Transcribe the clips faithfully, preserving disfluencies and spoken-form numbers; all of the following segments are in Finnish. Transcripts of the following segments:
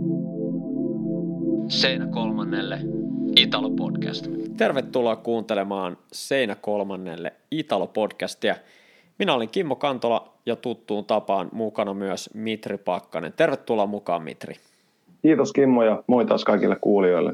Seinä kolmannelle Italo-podcast. Tervetuloa kuuntelemaan Seinä kolmannelle Italo-podcastia. Minä olen Kimmo Kantola ja tuttuun tapaan mukana myös Mitri Pakkanen. Tervetuloa mukaan, Mitri. Kiitos Kimmo ja moi taas kaikille kuulijoille.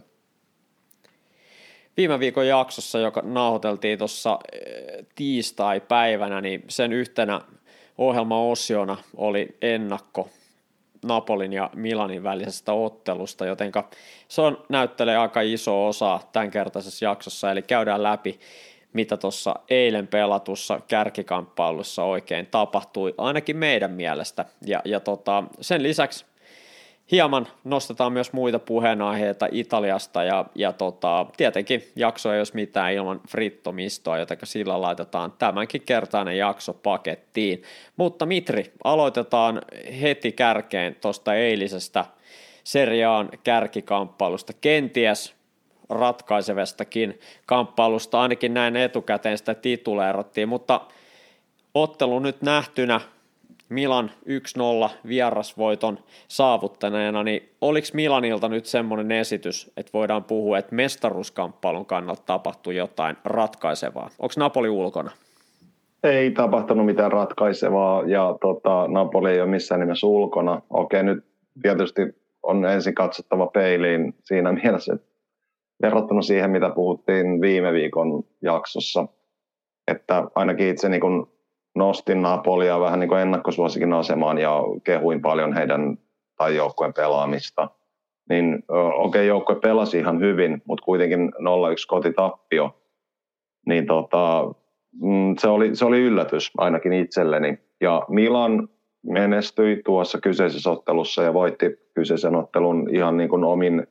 Viime viikon jaksossa, joka nauhoiteltiin tuossa tiistai-päivänä, niin sen yhtenä ohjelmaosiona oli ennakko Napolin ja Milanin välisestä ottelusta, jotenka se on, näyttelee aika iso osa tämänkertaisessa jaksossa, eli käydään läpi, mitä tuossa eilen pelatussa kärkikamppailussa oikein tapahtui, ainakin meidän mielestä, ja, ja tota, sen lisäksi hieman nostetaan myös muita puheenaiheita Italiasta, ja, ja tota, tietenkin jakso ei olisi mitään ilman frittomistoa, joten sillä laitetaan tämänkin kertainen jakso pakettiin. Mutta Mitri, aloitetaan heti kärkeen tuosta eilisestä Serie A:n kärkikamppailusta, kenties ratkaisevastakin kamppailusta, ainakin näin etukäteen sitä tituleerattiin, mutta ottelu nyt nähtynä, Milan yksi nolla vierasvoiton saavuttaneena, niin oliko Milanilta nyt semmoinen esitys, että voidaan puhua, että mestaruuskamppailun kannalta tapahtui jotain ratkaisevaa? Onko Napoli ulkona? Ei tapahtunut mitään ratkaisevaa ja tota, Napoli ei ole missään nimessä ulkona. Okei, nyt tietysti on ensin katsottava peiliin siinä mielessä, että verrattuna siihen, mitä puhuttiin viime viikon jaksossa, että ainakin itse niin kun nostin Napolia vähän niin kuin ennakkosuosikin asemaan ja kehuin paljon heidän tai joukkueen pelaamista. Niin okei, okay, joukkue pelasi ihan hyvin, mutta kuitenkin nolla yksi kotitappio. Niin tota, se oli, se oli yllätys ainakin itselleni. Ja Milan menestyi tuossa kyseisessä ottelussa ja voitti kyseisen ottelun ihan niin kuin omin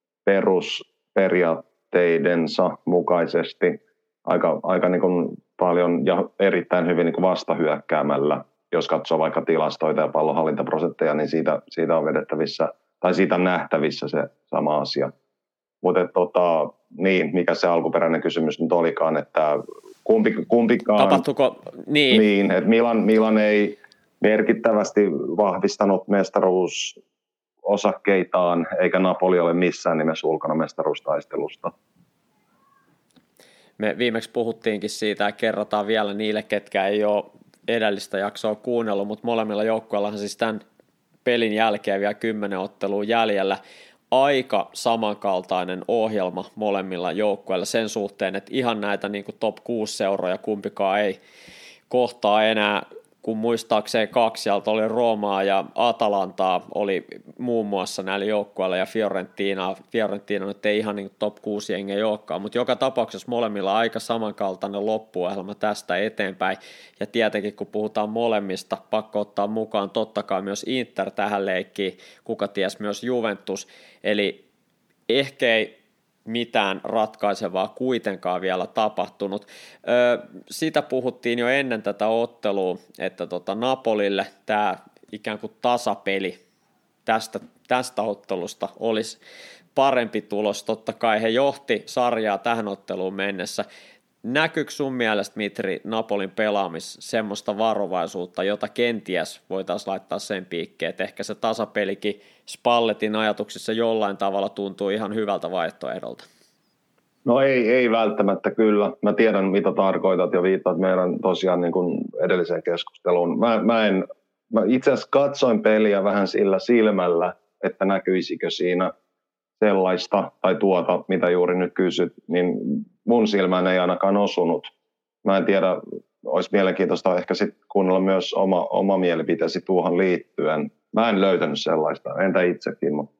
perusperiaatteidensa mukaisesti. Aika, aika niin kuin paljon ja erittäin hyvin niin kuin vastahyökkäämällä. Jos katsoo vaikka tilastoita ja pallonhallintaprosentteja, niin siitä, siitä on vedettävissä, tai siitä on nähtävissä se sama asia. Mutta tota, niin, mikä se alkuperäinen kysymys nyt olikaan, että kumpi, kumpikaan... Tapahtuiko niin? Niin, että Milan, Milan ei merkittävästi vahvistanut mestaruusosakkeitaan, eikä Napoli ole missään nimessä ulkona mestaruustaistelusta. Me viimeksi puhuttiinkin siitä ja kerrotaan vielä niille, ketkä ei ole edellistä jaksoa kuunnellut, mutta molemmilla joukkueillahan siis tämän pelin jälkeen vielä kymmenen ottelua jäljellä. Aika samankaltainen ohjelma molemmilla joukkueilla sen suhteen, että ihan näitä niin kuin top kuusi seuroja kumpikaan ei kohtaa enää, kun muistaakseen kaksi sieltä oli Roomaa ja Atalantaa oli muun muassa näillä joukkueilla ja Fiorentina, Fiorentina nyt ei ihan niin top kuusi jengiä joukkaan, mutta joka tapauksessa molemmilla aika samankaltainen loppuohjelma tästä eteenpäin, ja tietenkin kun puhutaan molemmista, pakko ottaa mukaan totta kai myös Inter tähän leikkiin, kuka ties myös Juventus, eli ehkä ei mitään ratkaisevaa kuitenkaan vielä tapahtunut. Öö, sitä puhuttiin jo ennen tätä ottelua, että tota Napolille tämä ikään kuin tasapeli tästä, tästä ottelusta olisi parempi tulos. Totta kai he johti sarjaa tähän otteluun mennessä. Näkyykö sun mielestä, Mitri, Napolin pelaamis semmoista varovaisuutta, jota kenties voitaisiin laittaa sen piikkeen, että ehkä se tasapelikin Spalletin ajatuksissa jollain tavalla tuntuu ihan hyvältä vaihtoehdolta? No ei, ei välttämättä kyllä. Mä tiedän, mitä tarkoitat ja viittaat meidän tosiaan niin kuin edelliseen keskusteluun. Mä, mä, en, mä itse asiassa katsoin peliä vähän sillä silmällä, että näkyisikö siinä sellaista tai tuota, mitä juuri nyt kysyt, niin mun silmään ei ainakaan osunut. Mä en tiedä, olisi mielenkiintoista ehkä sitten kuunnella myös oma, oma mielipiteesi tuohon liittyen. Mä en löytänyt sellaista, entä itse, Kimmo?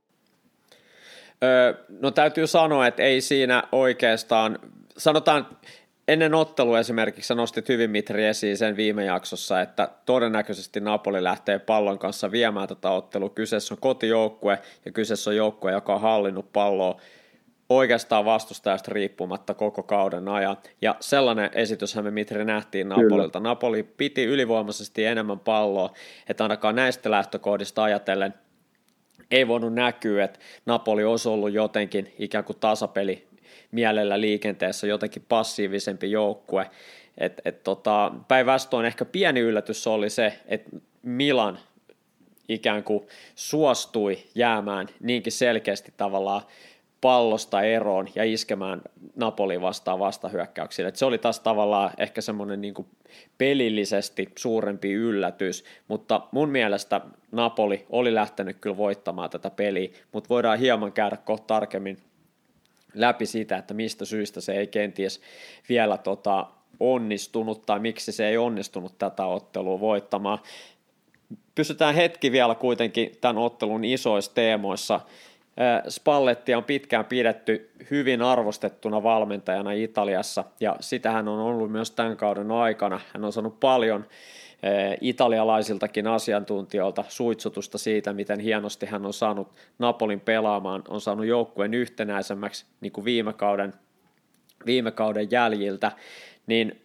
Öö, no täytyy sanoa, että ei siinä oikeastaan, sanotaan ennen ottelua esimerkiksi sä nostit hyvin, Mitri, esiin sen viime jaksossa, että todennäköisesti Napoli lähtee pallon kanssa viemään tätä ottelua. Kyseessä on kotijoukkue ja kyseessä on joukkue, joka on hallinnut palloa oikeastaan vastustajasta riippumatta koko kauden ajan. Ja sellainen esityshän me, Mitri, nähtiin Napolilta. Kyllä. Napoli piti ylivoimaisesti enemmän palloa, että ainakaan näistä lähtökohdista ajatellen ei voinut näkyä, että Napoli olisi ollut jotenkin ikään kuin tasapeli mielellä liikenteessä, jotenkin passiivisempi joukkue. Et, et tota, päinvastoin ehkä pieni yllätys oli se, että Milan ikään kuin suostui jäämään niinkin selkeästi tavallaan pallosta eroon ja iskemään Napoli vastaan vastahyökkäyksille. Et se oli taas tavallaan ehkä semmoinen niin kuin pelillisesti suurempi yllätys, mutta mun mielestä Napoli oli lähtenyt kyllä voittamaan tätä peliä, mutta voidaan hieman käydä kohta tarkemmin läpi sitä, että mistä syystä se ei kenties vielä tota, onnistunut tai miksi se ei onnistunut tätä ottelua voittamaan. Pysytään hetki vielä kuitenkin tämän ottelun isoissa teemoissa. Spalletti on pitkään pidetty hyvin arvostettuna valmentajana Italiassa, ja sitähän on ollut myös tämän kauden aikana. Hän on saanut paljon italialaisiltakin asiantuntijoilta suitsutusta siitä, miten hienosti hän on saanut Napolin pelaamaan, on saanut joukkueen yhtenäisemmäksi niin kuin viime kauden, viime kauden jäljiltä, niin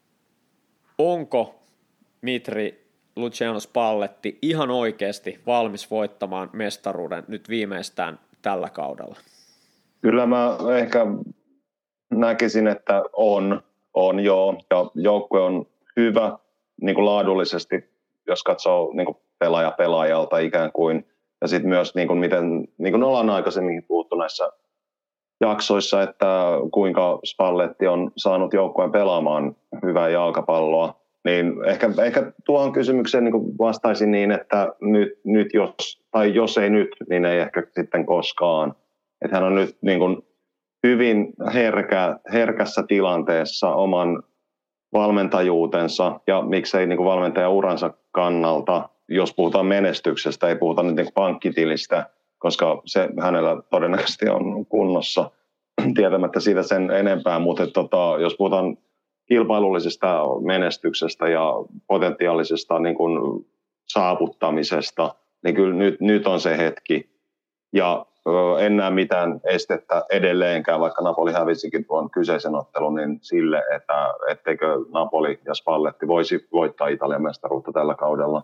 onko Mitri Luciano Spalletti ihan oikeasti valmis voittamaan mestaruuden nyt viimeistään tällä kaudella? Kyllä mä ehkä näkisin, että on, on joo, ja joukkue on hyvä niin kuin laadullisesti, jos katsoo niin kuin pelaaja pelaajalta ikään kuin, ja sitten myös niin kuin miten, niin kuin ollaan aikaisemmin puhuttu näissä jaksoissa, että kuinka Spalletti on saanut joukkueen pelaamaan hyvää jalkapalloa, niin ehkä, ehkä tuohon kysymykseen niin kuin vastaisin niin, että nyt, nyt jos, tai jos ei nyt, niin ei ehkä sitten koskaan. Että hän on nyt niin kuin hyvin herkä, herkässä tilanteessa oman valmentajuutensa ja miksei niin kuin valmentajauransa kannalta, jos puhutaan menestyksestä, ei puhuta nyt niin kuin pankkitilistä, koska se hänellä todennäköisesti on kunnossa tietämättä siitä sen enempää, mutta tota, jos puhutaan kilpailullisesta menestyksestä ja potentiaalisesta niin kuin saavuttamisesta, niin kyllä nyt, nyt on se hetki. Ja ö, en näe mitään estettä edelleenkään, vaikka Napoli hävisikin tuon kyseisen ottelun, niin sille, että etteikö Napoli ja Spalletti voisi voittaa Italian mestaruutta tällä kaudella.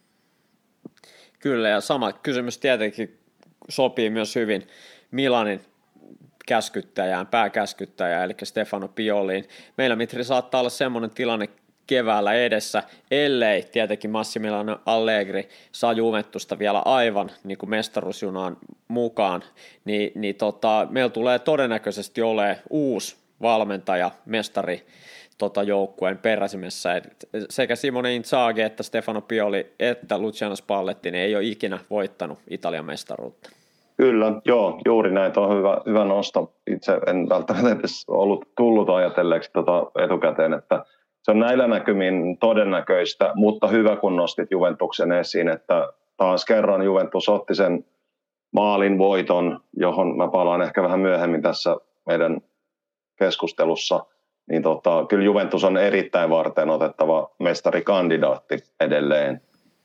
Kyllä, ja sama kysymys tietenkin sopii myös hyvin Milanin käskyttäjään, pääkäskyttäjään, eli Stefano Pioliin. Meillä, Mitri, saattaa olla semmoinen tilanne keväällä edessä, ellei tietenkin Massimiliano Allegri saa Juventusta vielä aivan niin kuin mestaruusjunaan mukaan, niin, niin tota, meillä tulee todennäköisesti olemaan uusi valmentaja, mestari tota, joukkueen peräsimessä. Et sekä Simone Inzaghi että Stefano Pioli että Luciano Spalletti ei ole ikinä voittanut Italian mestaruutta. Kyllä, joo, juuri näin. Tuo on hyvä, hyvä nosto. Itse en välttämättä edes ollut tullut ajatelleeksi tota etukäteen, että se on näillä näkymin todennäköistä, mutta hyvä kun nostit Juventuksen esiin, että taas kerran Juventus otti sen maalin voiton, johon mä palaan ehkä vähän myöhemmin tässä meidän keskustelussa, niin tota, kyllä Juventus on erittäin varten otettava mestarikandidaatti edelleen.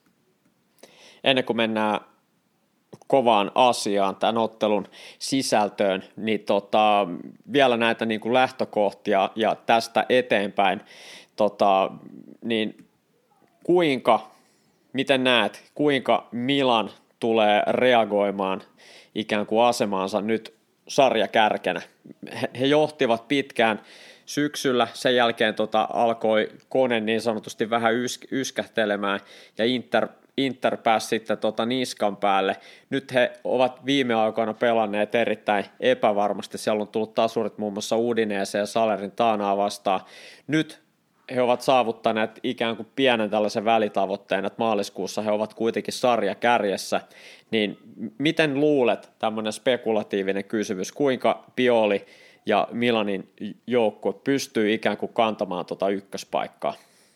Ennen kuin mennään kovaan asiaan, tämän ottelun sisältöön, niin tota, vielä näitä niin kuin lähtökohtia ja tästä eteenpäin, tota, niin kuinka, miten näet, kuinka Milan tulee reagoimaan ikään kuin asemaansa nyt sarjakärkenä? He, he johtivat pitkään syksyllä, sen jälkeen tota, alkoi kone niin sanotusti vähän ys, yskähtelemään ja Inter Inter pääsi sitten tota niskan päälle. Nyt he ovat viime aikoina pelanneet erittäin epävarmasti. Siellä on tullut tasurit muun muassa Udineeseen ja Salernitaanaa vastaan. Nyt he ovat saavuttaneet ikään kuin pienen tällaisen välitavoitteen, että maaliskuussa he ovat kuitenkin sarja kärjessä. Niin miten luulet, tämmöinen spekulatiivinen kysymys, kuinka Pioli ja Milanin joukkue pystyy ikään kuin kantamaan tuota ykköspaikkaa?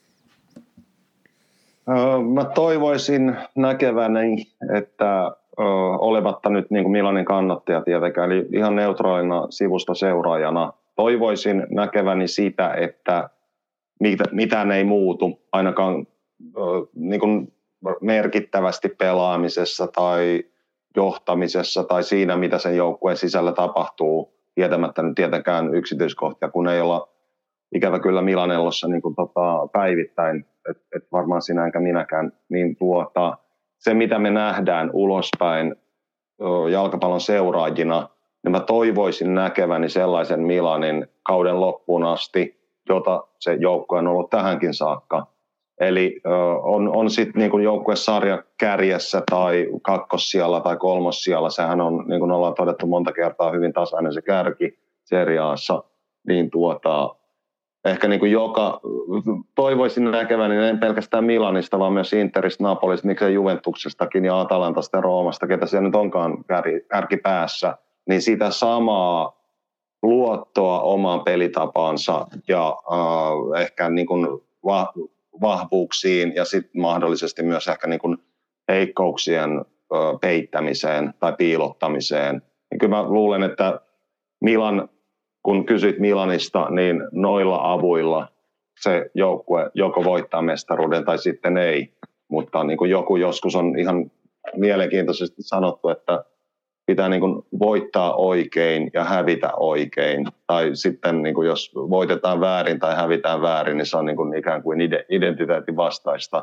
Mä toivoisin näkeväni, että olematta nyt niin kuin Milanin kannattaja tietenkään, eli ihan neutraalina sivusta seuraajana, toivoisin näkeväni sitä, että mitään ei muutu ainakaan niin kuin merkittävästi pelaamisessa tai johtamisessa tai siinä, mitä sen joukkueen sisällä tapahtuu, tietämättä nyt tietenkään yksityiskohtia, kun ei olla ikävä kyllä Milanellossa niin kuin tota, päivittäin, että et varmaan sinä enkä minäkään, niin tuota, se mitä me nähdään ulospäin jalkapallon seuraajina, niin mä toivoisin näkeväni sellaisen Milanin kauden loppuun asti, jota se joukkue on ollut tähänkin saakka. Eli ö, on, on sitten niin joukkue sarja kärjessä tai kakkossijalla tai kolmossijalla, sehän on, niin kuin ollaan todettu monta kertaa, hyvin tasainen se kärki seriaassa, niin tuota, ehkä niin kuin joka, toivoisin näkeväni, niin en pelkästään Milanista, vaan myös Interistä, Napolista, miksei Juventuksestakin ja Atalantasta ja Roomasta, ketä siellä nyt onkaan kärki, kärki päässä, niin sitä samaa luottoa omaan pelitapaansa ja äh, ehkä niin kuin va- vahvuuksiin ja sitten mahdollisesti myös ehkä niin kuin heikkouksien äh, peittämiseen tai piilottamiseen. Ja kyllä mä luulen, että Milan, kun kysyt Milanista, niin noilla avuilla se joukkue joko voittaa mestaruuden tai sitten ei. Mutta niin kuin joku joskus on ihan mielenkiintoisesti sanottu, että pitää niin kuin voittaa oikein ja hävitä oikein. Tai sitten niin kuin jos voitetaan väärin tai hävitään väärin, niin se on niin kuin ikään kuin identiteetin vastaista.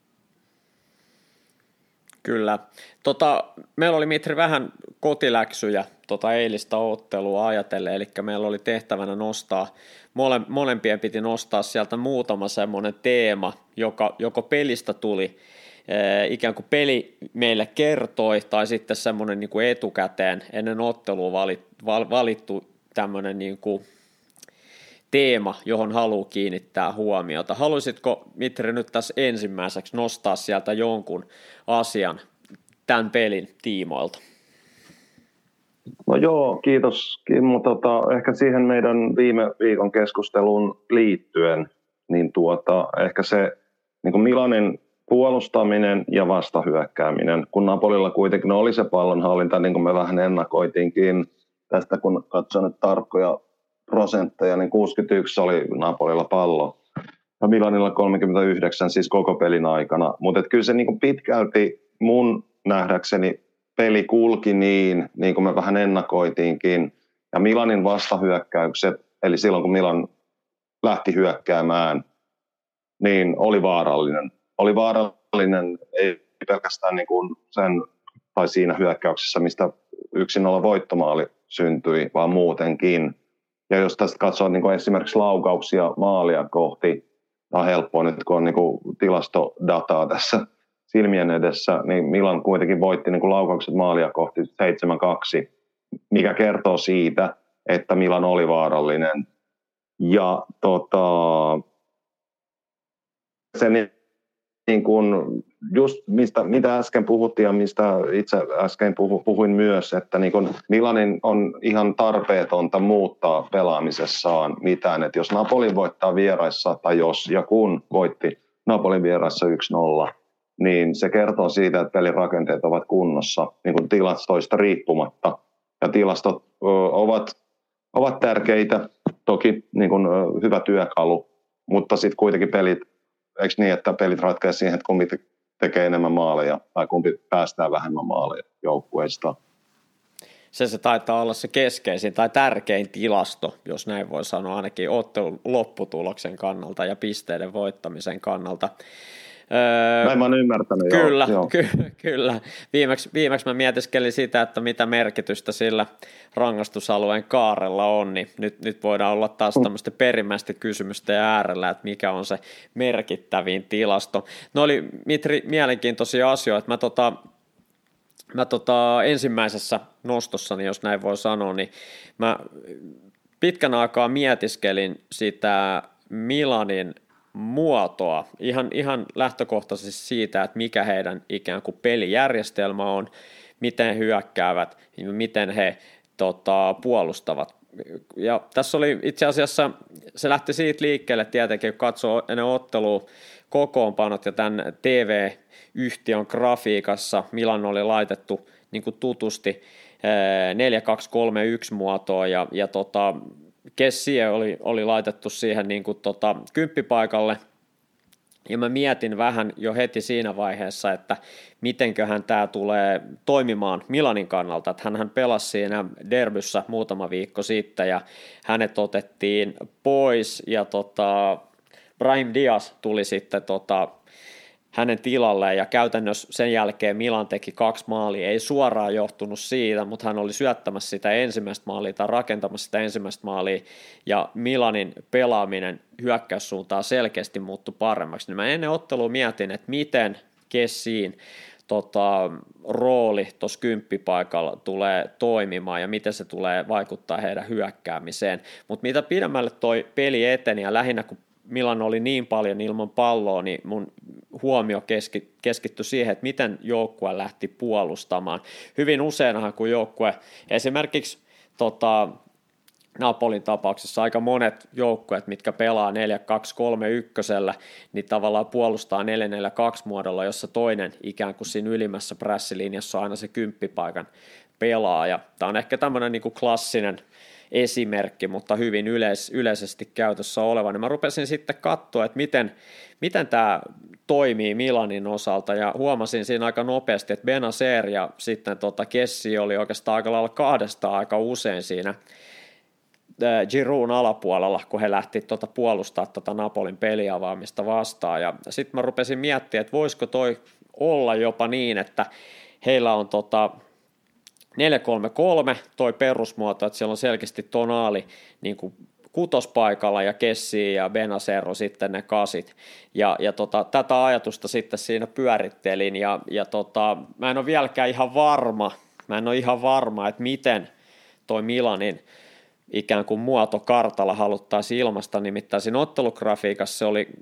Kyllä. Tota, meillä oli, Mitri, vähän kotiläksyjä tota eilistä ottelua ajatellen, eli meillä oli tehtävänä nostaa, mole, molempien piti nostaa sieltä muutama semmoinen teema, joka joko pelistä tuli, eh, ikään kuin peli meille kertoi, tai sitten semmoinen niin kuin etukäteen ennen ottelua valit, val, valittu tämmöinen niin kuin teema, johon haluaa kiinnittää huomiota. Haluaisitko, Mitri, nyt tässä ensimmäiseksi nostaa sieltä jonkun asian tämän pelin tiimoilta? No joo, kiitos Kimmo. Tota, ehkä siihen meidän viime viikon keskusteluun liittyen, niin tuota, ehkä se niin kuin Milanin puolustaminen ja vastahyökkääminen, kun Napolilla kuitenkin no oli se pallonhallinta, niin kuin me vähän ennakoitiinkin tästä, kun katson nyt tarkkoja prosentteja, niin kuusikymmentäyksi oli Napolilla pallo ja Milanilla kolmekymmentäyhdeksän siis koko pelin aikana, mutta kyllä se niin kuin pitkälti mun nähdäkseni peli kulki niin, niin kuin me vähän ennakoitiinkin, ja Milanin vastahyökkäykset, eli silloin kun Milan lähti hyökkäämään, niin oli vaarallinen. Oli vaarallinen ei pelkästään niin kuin sen, tai siinä hyökkäyksessä, mistä yksi nolla voittomaali syntyi, vaan muutenkin. Ja jos tästä katsoo niin kuin esimerkiksi laukauksia maalia kohti, on helppoa nyt, kun on niin kuin tilastodataa tässä silmien edessä, niin Milan kuitenkin voitti niin kuin laukaukset maalia kohti seitsemän kaksi, mikä kertoo siitä, että Milan oli vaarallinen. Ja tota, se niin kuin, just mistä, mitä äsken puhuttiin ja mistä itse äsken puhu, puhuin myös, että niin kuin Milanin on ihan tarpeetonta muuttaa pelaamisessaan mitään. Että jos Napoli voittaa vieraissa, tai jos ja kun voitti Napolin vieraissa yksi nolla, niin se kertoo siitä, että pelirakenteet ovat kunnossa niin kuin tilastoista riippumatta. Ja tilastot ö, ovat, ovat tärkeitä, toki niin kuin, ö, hyvä työkalu, mutta sitten kuitenkin pelit, eikö niin, että pelit ratkeaa siihen, että kumpi tekee enemmän maaleja tai kumpi päästää vähemmän maaleja joukkueista. Se se taitaa olla se keskeisin tai tärkein tilasto, jos näin voi sanoa, ainakin ottelun lopputuloksen kannalta ja pisteiden voittamisen kannalta. Öö, Näin mä oon ymmärtänyt. Kyllä, joo. ky- kyllä. Viimeksi, viimeksi mä mietiskelin sitä, että mitä merkitystä sillä rangaistusalueen kaarella on, niin nyt, nyt voidaan olla taas tämmöistä perimmäistä kysymystä äärellä, että mikä on se merkittävin tilasto. No oli, Mitri, mielenkiintoisia asioita. Mä, tota, mä tota, ensimmäisessä nostossani, jos näin voi sanoa, niin mä pitkän aikaa mietiskelin sitä Milanin muotoa, ihan, ihan lähtökohtaisesti siitä, että mikä heidän ikään kuin pelijärjestelmä on, miten he hyökkäävät, miten he tota, puolustavat. Ja tässä oli itse asiassa, se lähti siitä liikkeelle tietenkin, kun katsoo ennen ottelua kokoonpanot ja tämän T V-yhtiön grafiikassa, Milan oli laitettu niin kuin tutusti neljä kaksi kolme yksi muotoon ja, ja tota, Kessie oli, oli laitettu siihen niin kuin tota, kymppipaikalle, ja mä mietin vähän jo heti siinä vaiheessa, että mitenköhän tämä tulee toimimaan Milanin kannalta, että hänhän pelasi siinä derbyssä muutama viikko sitten, ja hänet otettiin pois, ja tota, Brahim Diaz tuli sitten tota, hänen tilalleen ja käytännössä sen jälkeen Milan teki kaksi maalia, ei suoraan johtunut siitä, mutta hän oli syöttämässä sitä ensimmäistä maalia tai rakentamassa sitä ensimmäistä maalia ja Milanin pelaaminen hyökkäyssuuntaan selkeästi muuttui paremmaksi. Niin mä ennen ottelua mietin, että miten Kessiin tota, rooli tuossa kymppipaikalla tulee toimimaan ja miten se tulee vaikuttaa heidän hyökkäämiseen, mutta mitä pidemmälle toi peli eteni ja lähinnä kun Milan oli niin paljon ilman palloa, niin mun huomio keski, keskittyi siihen, että miten joukkue lähti puolustamaan. Hyvin useinhan kun joukkue, esimerkiksi tota, Napolin tapauksessa aika monet joukkueet, mitkä pelaa neljä kaksi kolme yksi, niin tavallaan puolustaa neljä neljä kaksi muodolla, jossa toinen ikään kuin siinä ylimmässä prässilinjassa on aina se kymppipaikan pelaaja. Tämä on ehkä tämmöinen niin kuin klassinen esimerkki, mutta hyvin yleis- yleisesti käytössä oleva. Niin mä rupesin sitten katsoa, että miten, miten tämä toimii Milanin osalta, ja huomasin siinä aika nopeasti, että Benacer ja sitten tota Kessi oli oikeastaan aika lailla kahdestaan aika usein siinä Giroudin alapuolella, kun he lähti tuota puolustaa tuota Napolin peliavaamista vastaan, ja sitten mä rupesin miettimään, että voisiko toi olla jopa niin, että heillä on tota neljä kolme kolme toi perusmuoto, että siellä on selkeästi Tonali niin kuin kutospaikalla ja Kessi ja Benacer on sitten ne kasit, ja, ja tota, tätä ajatusta sitten siinä pyörittelin, ja, ja tota, mä en ole vieläkään ihan varma, mä en ole ihan varma, että miten toi Milanin ikään kuin muotokartalla haluttaisiin ilmasta, nimittäin siinä ottelugrafiikassa se oli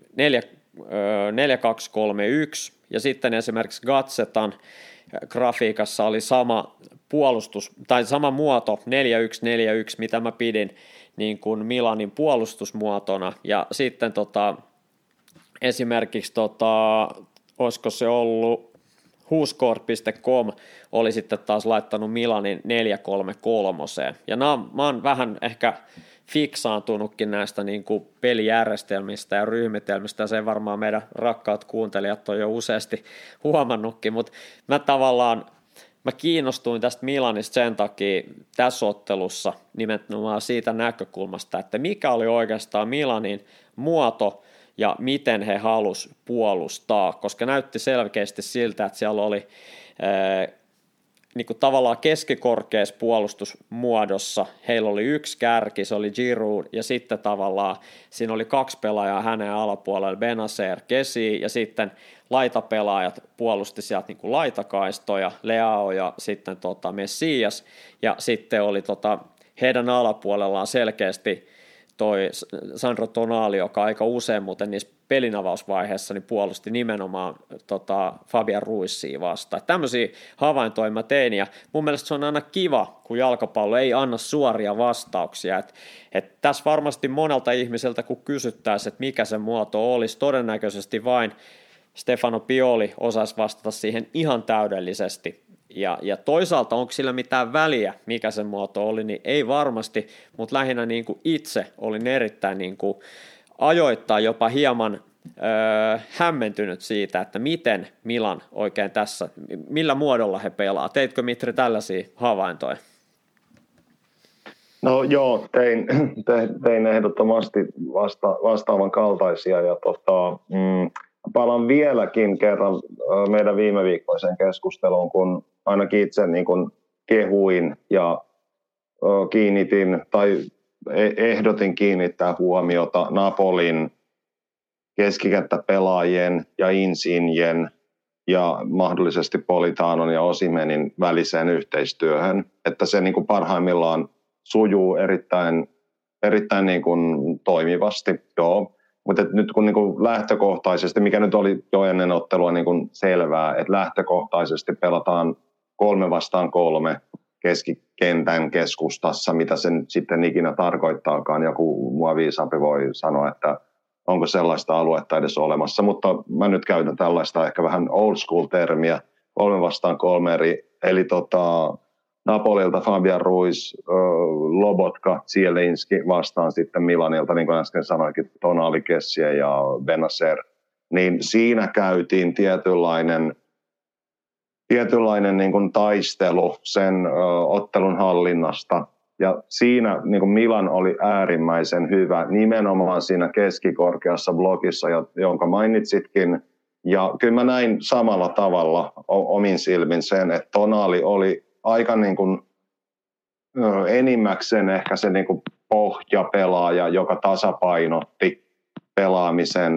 neljä kaksi kolme yksi, ja sitten esimerkiksi Gazetan grafiikassa oli sama puolustus, tai sama muoto neljä yksi neljä yksi, mitä mä pidin niin kuin Milanin puolustusmuotona, ja sitten tota, esimerkiksi tota, olisiko se ollut whoscored piste com oli sitten taas laittanut Milanin neljä kolme kolme, ja nämä, mä oon vähän ehkä fiksaantunutkin näistä niin kuin pelijärjestelmistä ja ryhmitelmistä, ja sen varmaan meidän rakkaat kuuntelijat on jo useasti huomannutkin, mutta mä tavallaan mä kiinnostuin tästä Milanista sen takia tässä ottelussa nimenomaan siitä näkökulmasta, että mikä oli oikeastaan Milanin muoto ja miten he halusi puolustaa, koska näytti selkeästi siltä, että siellä oli ää, niin kuin tavallaan keskikorkeassa puolustusmuodossa, heillä oli yksi kärki, se oli Giroud, ja sitten tavallaan siinä oli kaksi pelaajaa hänen alapuolella, Benacer, Kessi, ja sitten laitapelaajat puolusti sieltä niin kuin laitakaistoja, Leao ja sitten tota Messias, ja sitten oli tota, heidän alapuolellaan selkeästi toi Sandro Tonali, joka aika usein muuten niissä pelinavausvaiheessa niin puolusti nimenomaan tota, Fabian Ruizia vastaan. Tämmöisiä havaintoja mä tein, ja mun mielestä se on aina kiva, kun jalkapallo ei anna suoria vastauksia. Et, et tässä varmasti monelta ihmiseltä, kun kysyttäisiin, että mikä se muoto olisi, todennäköisesti vain Stefano Pioli osaisi vastata siihen ihan täydellisesti. Ja, ja toisaalta onko sillä mitään väliä, mikä se muoto oli, niin ei varmasti, mutta lähinnä niin kuin itse olin erittäin niin kuin ajoittain jopa hieman öö, hämmentynyt siitä, että miten Milan oikein tässä, millä muodolla he pelaa. Teitkö, Mitri, tällaisia havaintoja? No joo, tein, tein ehdottomasti vasta, vastaavan kaltaisia, ja tota, mm, palaan vieläkin kerran meidän viime viikkoiseen keskusteluun, kun ainakin itse niin kun kehuin ja kiinnitin tai ehdotin kiinnittää huomiota Napolin keskikenttäpelaajien ja Insignen ja mahdollisesti Politanon ja Osimhenin väliseen yhteistyöhön, että se niin kuin parhaimmillaan sujuu erittäin, erittäin niin kuin toimivasti, joo. Mutta nyt kun niin kuin lähtökohtaisesti, mikä nyt oli jo ennen ottelua niin kuin selvää, että lähtökohtaisesti pelataan kolme vastaan kolme keskikentän keskustassa, mitä se nyt sitten ikinä tarkoittaakaan. Joku mua viisaampi voi sanoa, että onko sellaista aluetta edes olemassa, mutta mä nyt käytän tällaista ehkä vähän old school termiä, kolme vastaan kolme, eli, eli tota, Napolilta Fabian Ruiz, Lobotka, Zielinski vastaan sitten Milanilta, niin kuin äsken sanoinkin, Tonali, Kessi ja Benacer, niin siinä käytiin tietynlainen, tietynlainen niin kuin taistelu sen ö, ottelun hallinnasta, ja siinä niin kuin Milan oli äärimmäisen hyvä nimenomaan siinä keskikorkeassa blokissa, jonka mainitsitkin, Ja kyllä mä näin samalla tavalla omin silmin sen, että Tonali oli aika niin kuin enimmäkseen ehkä se niin kuin pohjapelaaja, joka tasapainotti pelaamisen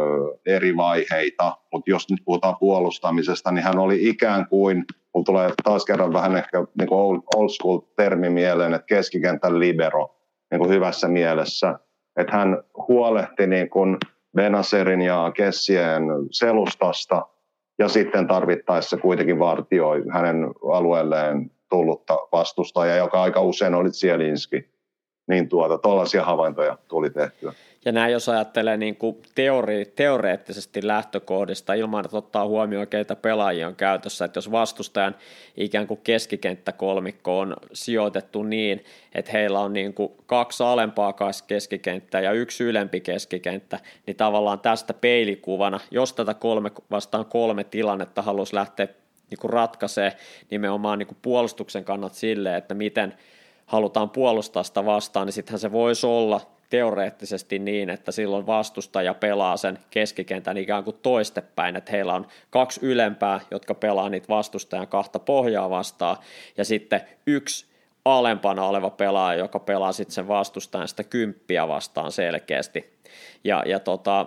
eri vaiheita, mutta jos nyt puhutaan puolustamisesta, niin hän oli ikään kuin, mulla tulee taas kerran vähän ehkä niin kuin old, old school termi mieleen, että keskikentän libero niin kuin hyvässä mielessä, että hän huolehti niin kuin Benacerin ja Kessien selustasta ja sitten tarvittaessa kuitenkin vartioi hänen alueelleen tullutta vastustajaa, joka aika usein oli Zielinski. Niin tuota, tuollaisia havaintoja tuli tehtyä. Ja näin jos ajattelee niin kuin teori, teoreettisesti lähtökohdista ilman, että ottaa huomioon, keitä pelaajia on käytössä, että jos vastustajan ikään kuin keskikenttäkolmikko on sijoitettu niin, että heillä on niin kuin kaksi alempaa keskikenttää ja yksi ylempi keskikenttä, niin tavallaan tästä peilikuvana, jos tätä kolme vastaan kolme tilannetta haluaisi lähteä niin kuin ratkaisee nimenomaan niin kuin puolustuksen kannat silleen, että miten halutaan puolustaa sitä vastaan, niin sittenhän se voisi olla teoreettisesti niin, että silloin vastustaja pelaa sen keskikentän ikään kuin toistepäin, että heillä on kaksi ylempää, jotka pelaa niitä vastustajan kahta pohjaa vastaan, ja sitten yksi alempana oleva pelaaja, joka pelaa sitten sen vastustajan sitä kymppiä vastaan selkeästi. Ja, ja tota,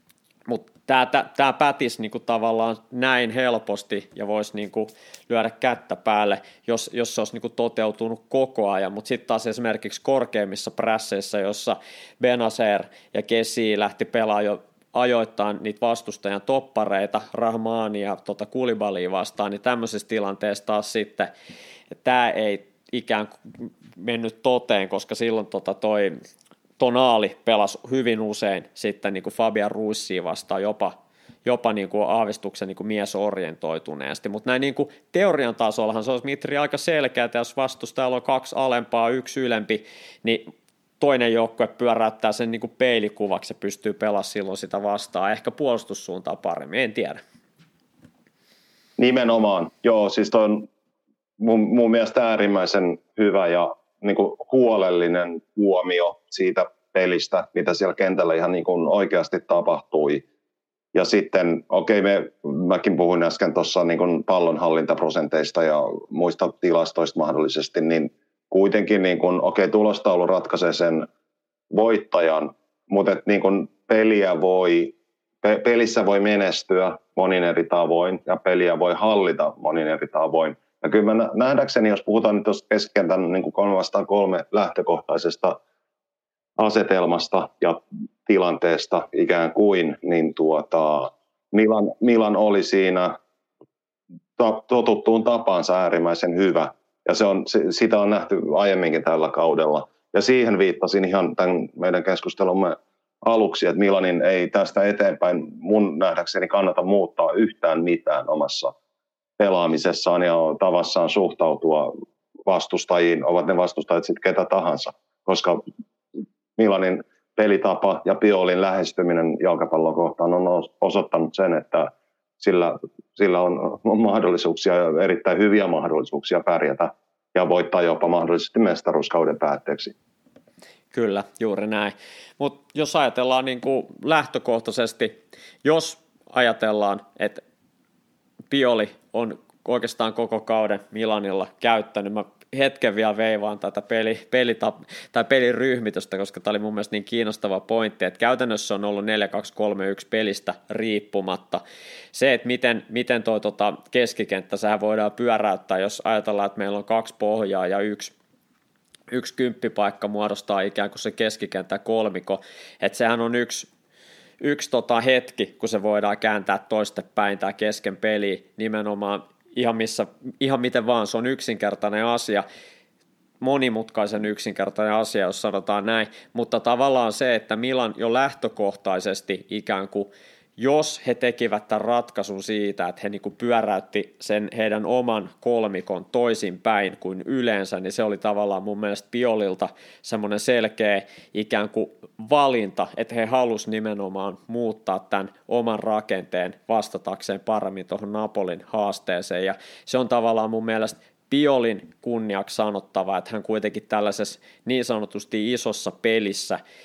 mutta tämä, tämä pätisi niinku tavallaan näin helposti ja voisi niinku lyödä kättä päälle, jos, jos se olisi niinku toteutunut koko ajan, mutta sitten taas esimerkiksi korkeimmissa prässeissä, jossa Benacer ja Kessi lähti pelaamaan jo ajoittain niitä vastustajan toppareita, Rahmania ja tota Koulibalia vastaan, niin tämmöisessä tilanteessa taas sitten tämä ei ikään kuin mennyt toteen, koska silloin tota toi Tonali pelasi hyvin usein sitten niin kuin Fabian Ruissia vastaan jopa, jopa niin kuin aavistuksen niin kuin miesorientoituneesti, mutta näin niin kuin teorian tasollahan se olisi Mitri aika selkeä, että jos vastustajalla on kaksi alempaa, yksi ylempi, niin toinen joukkue pyöräyttää sen niin kuin peilikuvaksi ja pystyy pelaamaan silloin sitä vastaan, ehkä puolustussuuntaan paremmin, en tiedä. Nimenomaan, joo, siis toi on mun, mun mielestä äärimmäisen hyvä ja niin kuin huolellinen huomio siitä pelistä, mitä siellä kentällä ihan niin kuin oikeasti tapahtui. Ja sitten, okei, me, mäkin puhuin äsken tuossa niin kuin pallonhallintaprosenteista ja muista tilastoista mahdollisesti, niin kuitenkin niin kuin, okei, tulostaulu ratkaisee sen voittajan, mutta et niin kuin peliä voi, pe, pelissä voi menestyä monin eri tavoin ja peliä voi hallita monin eri tavoin. Ja kyllä mä nähdäkseni, jos puhutaan nyt tuosta keskikentän niin kuin kolme vastaan kolme lähtökohtaisesta asetelmasta ja tilanteesta ikään kuin, niin tuota, Milan, Milan oli siinä totuttuun tapansa äärimmäisen hyvä. Ja se on, sitä on nähty aiemminkin tällä kaudella. Ja siihen viittasin ihan tämän meidän keskustelumme aluksi, että Milanin ei tästä eteenpäin mun nähdäkseni kannata muuttaa yhtään mitään omassa pelaamisessaan ja tavassaan suhtautua vastustajiin, ovat ne vastustajat sitten ketä tahansa, koska Milanin pelitapa ja Piolin lähestyminen jalkapallon kohtaan on osoittanut sen, että sillä, sillä on mahdollisuuksia, erittäin hyviä mahdollisuuksia pärjätä ja voittaa jopa mahdollisesti mestaruuskauden päätteeksi. Kyllä, juuri näin. Mutta jos ajatellaan niin kuin lähtökohtaisesti, jos ajatellaan, että Pioli on oikeastaan koko kauden Milanilla käyttänyt. Mä hetken vielä veivaan tätä peli, pelitap, tai pelin ryhmitystä, koska tämä oli mun mielestä niin kiinnostava pointti, että käytännössä on ollut neljä kaksi kolme yksi pelistä riippumatta. Se, että miten, miten toi tota keskikenttä sehän voidaan pyöräyttää, jos ajatellaan, että meillä on kaksi pohjaa ja yksi yksi kymppipaikka muodostaa ikään kuin se keskikenttä kolmiko, että sehän on yksi Yksi tota hetki, kun se voidaan kääntää toistepäin tämä kesken peli, nimenomaan ihan, missä, ihan miten vaan, se on yksinkertainen asia, monimutkaisen yksinkertainen asia, jos sanotaan näin, mutta tavallaan se, että Milan jo lähtökohtaisesti ikään kuin, jos he tekivät tämän ratkaisun siitä, että he niin kuin pyöräytti sen heidän oman kolmikon toisinpäin kuin yleensä, niin se oli tavallaan mun mielestä Piolilta semmoinen selkeä ikään kuin valinta, että he halusivat nimenomaan muuttaa tämän oman rakenteen vastatakseen paremmin tuohon Napolin haasteeseen, ja se on tavallaan mun mielestä Piolin kunniaksi sanottava, että hän kuitenkin tällaisessa niin sanotusti isossa pelissä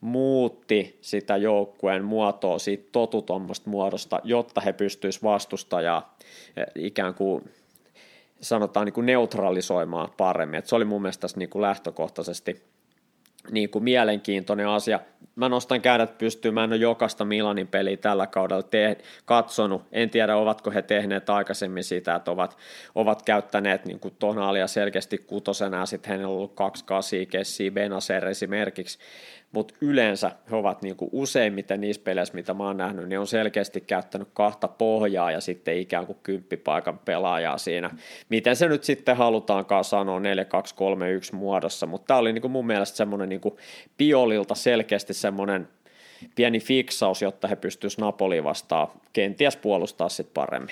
muutti sitä joukkueen muotoa siitä totutommasta muodosta, jotta he pystyisivät vastustajaa ikään kuin sanotaan niin kuin neutralisoimaan paremmin. Et se oli mun mielestä tässä niin kuin lähtökohtaisesti niin kuin mielenkiintoinen asia. Mä nostan kädet pystyyn, mä en ole jokaista Milanin peliä tällä kaudella te- katsonut. En tiedä, ovatko he tehneet aikaisemmin sitä, että ovat, ovat käyttäneet niin kuin Tonalia selkeästi kutosena, ja sitten heillä on ollut kaksi kasia Kessiä Benacer esimerkiksi, mutta yleensä he ovat niin kuin useimmiten niissä peleissä, mitä mä oon nähnyt, niin on selkeästi käyttänyt kahta pohjaa ja sitten ikään kuin kymppipaikan pelaajaa siinä. Miten se nyt sitten halutaankaan sanoa neljä kaksi kolme yksi muodossa, mutta tämä oli niin kuin mun mielestä semmoinen niin kuin Piolilta selkeästi semmoinen pieni fiksaus, jotta he pystyisivät Napoliin vastaan kenties puolustaa sitten paremmin.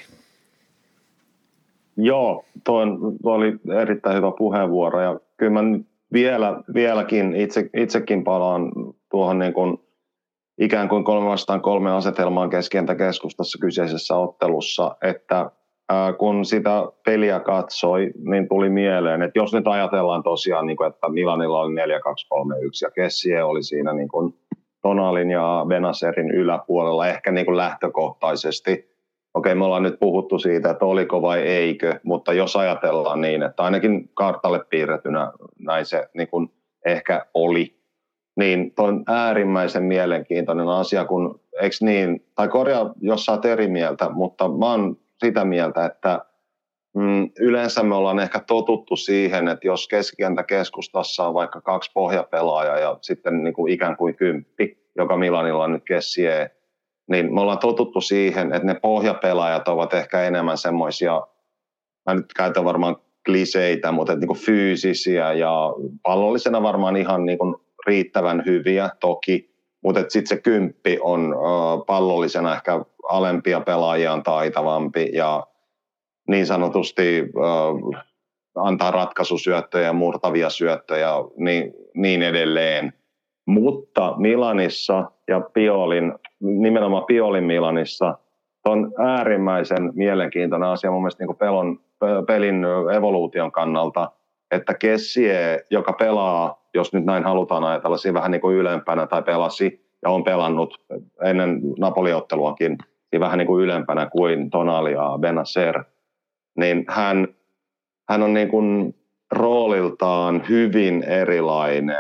Joo, tuo oli erittäin hyvä puheenvuoro, ja kyllä mä nyt vielä, vieläkin itse, itsekin palaan tuohon niin kuin ikään kuin kolme vastaan kolme asetelmaan keskentäkeskustassa kyseisessä ottelussa, että ää, kun sitä peliä katsoi, niin tuli mieleen, että jos nyt ajatellaan tosiaan, niin kuin, että Milanilla oli neljä kaksi kolme yksi ja Kessie oli siinä niin kuin Tonalin ja Benacerin yläpuolella ehkä niin kuin lähtökohtaisesti. Okei, me ollaan nyt puhuttu siitä, että oliko vai eikö, mutta jos ajatellaan niin, että ainakin kartalle piirretynä näin se niin kuin ehkä oli, niin toi on äärimmäisen mielenkiintoinen asia, kun eikö niin, tai korjaa, jos sä oot eri mieltä, mutta mä oon sitä mieltä, että mm, yleensä me ollaan ehkä totuttu siihen, että jos keskikentäkeskustassa on vaikka kaksi pohjapelaajaa ja sitten niin kuin ikään kuin kymppi, joka Milanilla on nyt Kessie, niin me ollaan totuttu siihen, että ne pohjapelaajat ovat ehkä enemmän semmoisia, mä nyt käytän varmaan kliseitä, mutta niin kuin fyysisiä ja pallollisena varmaan ihan niin kuin riittävän hyviä toki, mutta sitten se kymppi on uh, pallollisena ehkä alempia pelaajia, taitavampi ja niin sanotusti uh, antaa ratkaisusyöttöjä, murtavia syöttöjä ja niin, niin edelleen. Mutta Milanissa ja Piolin, nimenomaan Piolin Milanissa, on äärimmäisen mielenkiintoinen asia mun mielestä niin kuin pelon, pelin evoluution kannalta, että Kessie, joka pelaa, jos nyt näin halutaan ajatella, siinä vähän niin kuin ylempänä tai pelasi ja on pelannut ennen Napoli-otteluakin niin vähän niin kuin ylempänä kuin Tonali ja Benacer, niin hän, hän on niin kuin rooliltaan hyvin erilainen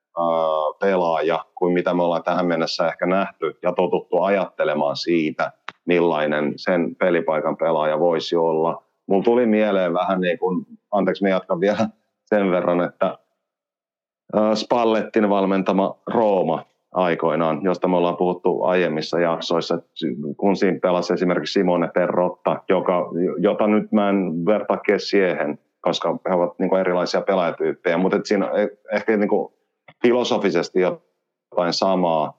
pelaaja kuin mitä me ollaan tähän mennessä ehkä nähty ja totuttu ajattelemaan siitä, millainen sen pelipaikan pelaaja voisi olla. Mulla tuli mieleen vähän niin kuin, anteeksi, mä jatkan vielä sen verran, että Spallettin valmentama Rooma aikoinaan, josta me ollaan puhuttu aiemmissa jaksoissa, kun siinä pelasi esimerkiksi Simone Perrotta, joka, jota nyt mä en vertaa Kessiehen, koska he ovat niin kuin erilaisia pelaajatyyppejä, mutta siinä ehkä niin kuin filosofisesti jotain samaa.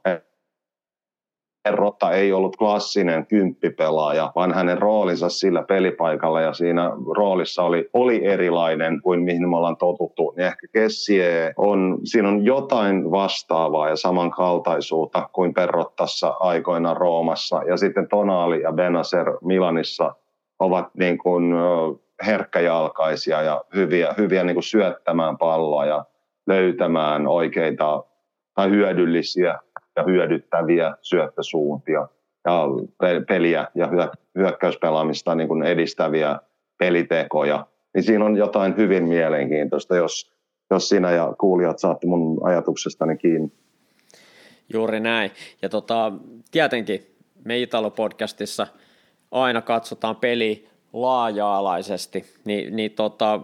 Perrotta ei ollut klassinen kymppipelaaja, vaan hänen roolinsa sillä pelipaikalla ja siinä roolissa oli, oli erilainen kuin mihin me ollaan totuttu. Niin ehkä Kessie on, siinä on jotain vastaavaa ja samankaltaisuutta kuin Perrottassa aikoinaan Roomassa. Ja sitten Tonali ja Benacer Milanissa ovat niin kuin herkkäjalkaisia ja hyviä, hyviä niin kuin syöttämään palloa ja löytämään oikeita tai hyödyllisiä ja hyödyttäviä syöttösuuntia ja peliä ja hyökkäyspelaamista niin kuin edistäviä pelitekoja. Niin siinä on jotain hyvin mielenkiintoista, jos, jos sinä ja kuulijat saatte mun ajatuksestani kiinni. Juuri näin. Ja tota, tietenkin me Italo-podcastissa aina katsotaan peliä laaja-alaisesti, niin, niin tota,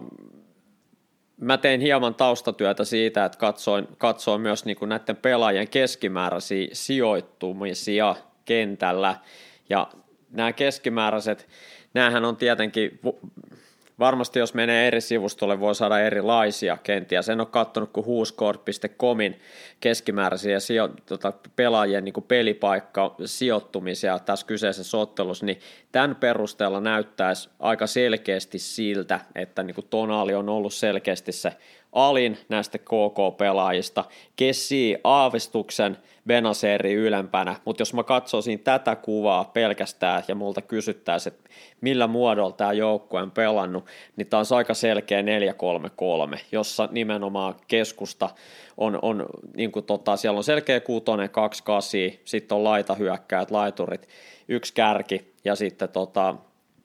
mä tein hieman taustatyötä siitä, että katsoin, katsoin myös niin kuin näiden pelaajien keskimääräisiä sijoittumisia kentällä, ja nämä keskimääräiset, näähän on tietenkin, varmasti jos menee eri sivustolle, voi saada erilaisia kenttiä. Sen on katsonut kuin whoscored piste comin keskimääräisiä sijo, tota, pelaajien niin kuin pelipaikka sijoittumisia tässä kyseisessä ottelussa, niin tämän perusteella näyttäisi aika selkeästi siltä, että niin kuin Tonali on ollut selkeästi se alin näistä K K-pelaajista, Kessi aavistuksen Benazeri ylempänä, mutta jos mä katsoisin tätä kuvaa pelkästään ja multa kysyttäisiin, että millä muodolla tämä joukkue on pelannut, niin tämä on aika selkeä neljä kolme kolme, jossa nimenomaan keskusta on, on niin kuin tota, siellä on selkeä kuutonen, kaksi kasi, sitten on laitahyökkäät, laiturit, yksi kärki ja sitten tota,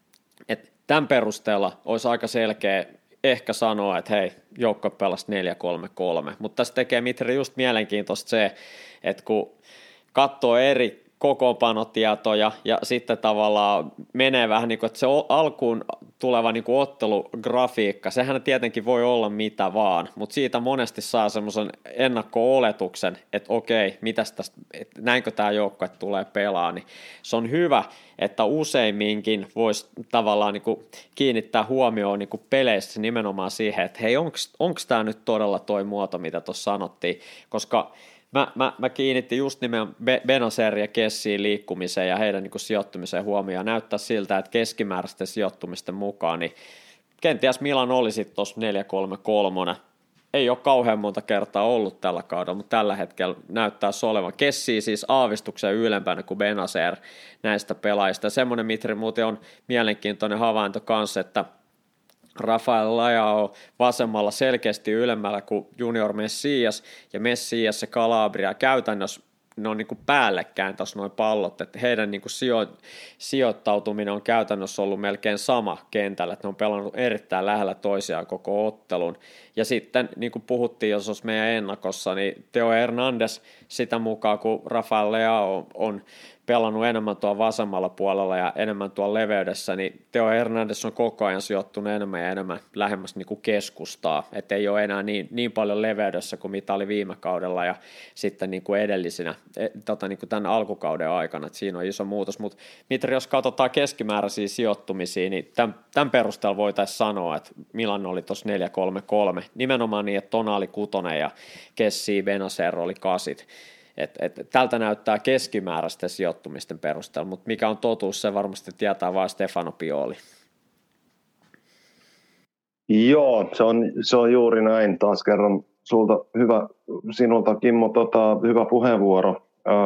et tämän perusteella olisi aika selkeä ehkä sanoa, että hei, joukko pelasi neljä kolme kolme, mutta tässä tekee Mitri just mielenkiintoista se, että kun katsoo eri kokoonpanotietoja ja sitten tavallaan menee vähän niin kuin, että se alkuun tuleva niin kuin ottelugrafiikka, sehän tietenkin voi olla mitä vaan, mutta siitä monesti saa semmoisen ennakko-oletuksen, että okei, mitäs tästä, että näinkö tämä joukkue tulee pelaa, niin se on hyvä, että useimminkin voisi tavallaan niin kuin kiinnittää huomioon niin kuin peleissä nimenomaan siihen, että hei, onko tämä nyt todella toi muoto, mitä tuossa sanottiin, koska Mä, mä, mä kiinnitin just nimenomaan Benazeri ja Kessiin liikkumiseen ja heidän niin kuin sijoittumiseen huomioon. Näyttää siltä, että keskimääräisten sijoittumisten mukaan, niin kenties Milan oli sitten tuossa neljä kolme kolme. Ei ole kauhean monta kertaa ollut tällä kaudella, mutta tällä hetkellä näyttää olevan. Kessi siis aavistuksen ylempänä kuin Benazer näistä pelaajista. Ja semmoinen, Mitri, muuten on mielenkiintoinen havainto kanssa, että Rafael Leao vasemmalla selkeästi ylemmällä kuin Junior Messias, ja Messias ja Calabria käytännössä ne on niin kuin päällekkäin tuossa noin pallot, että heidän niin kuin sijo- sijoittautuminen on käytännössä ollut melkein sama kentällä, että ne on pelannut erittäin lähellä toisiaan koko ottelun. Ja sitten, niin kuin puhuttiin, jos olisi meidän ennakossa, niin Theo Hernandez sitä mukaan, kun Rafael Leao on pelannut enemmän tuolla vasemmalla puolella ja enemmän tuolla leveydessä, niin Theo Hernandez on koko ajan sijoittunut enemmän ja enemmän lähemmäs niin kuin keskustaa, että ei ole enää niin, niin paljon leveydessä kuin mitä oli viime kaudella ja sitten niin kuin edellisinä, tota, niin kuin tämän alkukauden aikana, että siinä on iso muutos, mutta Mitri, jos katsotaan keskimääräisiä sijoittumisia, niin tämän, tämän perusteella voitaisiin sanoa, että Milan oli tuossa neljä kolme kolme, nimenomaan niin, että Tonali kutonen ja Kessi Benazer oli kasit. Et, et, tältä näyttää keskimääräisten sijoittumisten perusteella, mutta mikä on totuus, se varmasti tietää vain Stefano Pioli. Joo, se on, se on juuri näin. Taas kerran sulta hyvä, sinulta Kimmo, tota, hyvä puheenvuoro.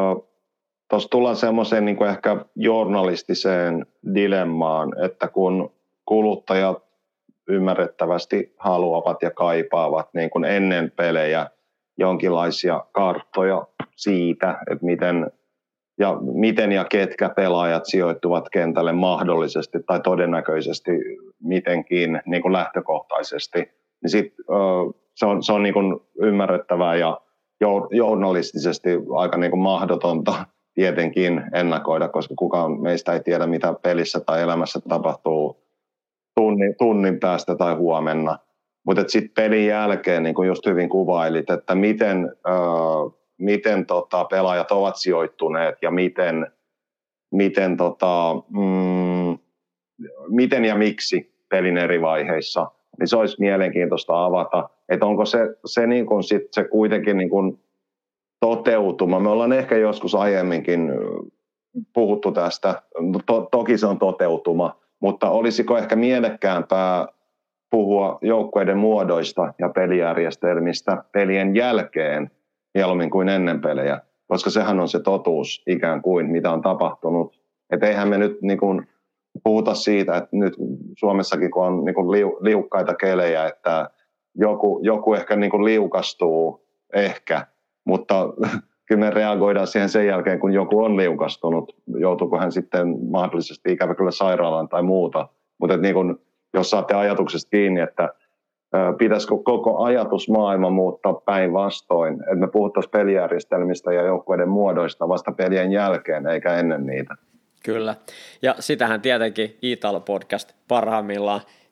Tuossa tullaan semmoiseen niin kuin ehkä journalistiseen dilemmaan, että kun kuluttajat ymmärrettävästi haluavat ja kaipaavat niin kuin ennen pelejä jonkinlaisia karttoja siitä, että miten ja, miten ja ketkä pelaajat sijoittuvat kentälle mahdollisesti tai todennäköisesti mitenkin niin kuin lähtökohtaisesti, niin sit, se on, se on niin kuin ymmärrettävää ja journalistisesti aika niin kuin mahdotonta tietenkin ennakoida, koska kukaan meistä ei tiedä, mitä pelissä tai elämässä tapahtuu tunnin, tunnin päästä tai huomenna. Mutta sitten pelin jälkeen, niin kuin just hyvin kuvailit, että miten, äh, miten tota, pelaajat ovat sijoittuneet ja miten, miten, tota, mm, miten ja miksi pelin eri vaiheissa, niin se olisi mielenkiintoista avata. Että onko se, se, niin kuin sit, se kuitenkin niin kuin toteutuma. Me ollaan ehkä joskus aiemminkin puhuttu tästä, to, toki se on toteutuma, mutta olisiko ehkä mielekkäämpää puhua joukkueiden muodoista ja pelijärjestelmistä pelien jälkeen mieluummin kuin ennen pelejä, koska sehän on se totuus ikään kuin, mitä on tapahtunut. Että eihän me nyt niin kuin puhuta siitä, että nyt Suomessakin kun on niin kuin liu, liukkaita kelejä, että joku, joku ehkä niin kuin liukastuu ehkä, mutta kyllä me reagoidaan siihen sen jälkeen, kun joku on liukastunut, joutuuko hän sitten mahdollisesti ikävä kyllä sairaalaan tai muuta, mutta niin kuin jos saatte ajatuksesta kiinni, että pitäisikö koko ajatusmaailma muuttaa päinvastoin, että me puhuttaisiin pelijärjestelmistä ja joukkueiden muodoista vasta pelien jälkeen, eikä ennen niitä. Kyllä, ja sitähän tietenkin Italo-podcast parhaimmillaan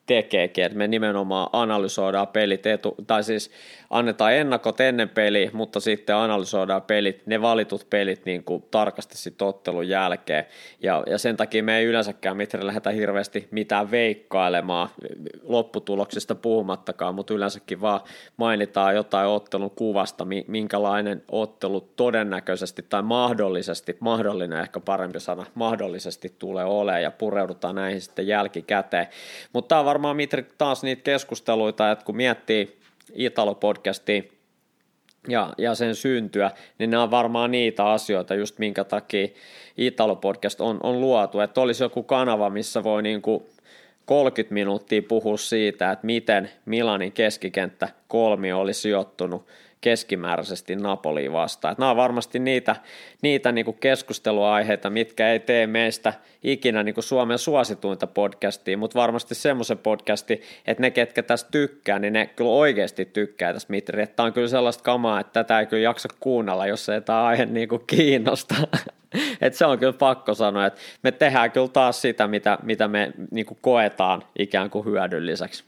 tekeekin, että me nimenomaan analysoidaan pelit etu, tai siis annetaan ennakot ennen peliä, mutta sitten analysoidaan pelit, ne valitut pelit niin kuin tarkasti sitten ottelun jälkeen, ja, ja sen takia me ei yleensäkään Mitri lähdetä hirveästi mitään veikkailemaan lopputuloksista puhumattakaan, mutta yleensäkin vaan mainitaan jotain ottelun kuvasta, minkälainen ottelu todennäköisesti tai mahdollisesti, mahdollinen ehkä parempi sana, mahdollisesti tulee olemaan, ja pureudutaan näihin sitten jälkikäteen, mutta tämä on varmaan Mitri taas niitä keskusteluita, että kun miettii Italo-podcastia ja, ja sen syntyä, niin nämä on varmaan niitä asioita, just minkä takia Italo-podcast on, on luotu, että olisi joku kanava, missä voi niinku kolmekymmentä minuuttia puhua siitä, että miten Milanin keskikenttä kolmio oli sijoittunut keskimääräisesti Napoliin vastaan. Että nämä on varmasti niitä, niitä niin kuin keskusteluaiheita, mitkä ei tee meistä ikinä niin kuin Suomen suosituinta podcastia, mutta varmasti semmoisen podcastin, että ne, ketkä tästä tykkää, niin ne kyllä oikeasti tykkää tästä Mitri. Että tämä on kyllä sellaista kamaa, että tätä ei kyllä jaksa kuunnella, jos ei tämä aihe niin kuin kiinnosta. Että se on kyllä pakko sanoa, että me tehdään kyllä taas sitä, mitä, mitä me niin kuin koetaan ikään kuin hyödylliseksi.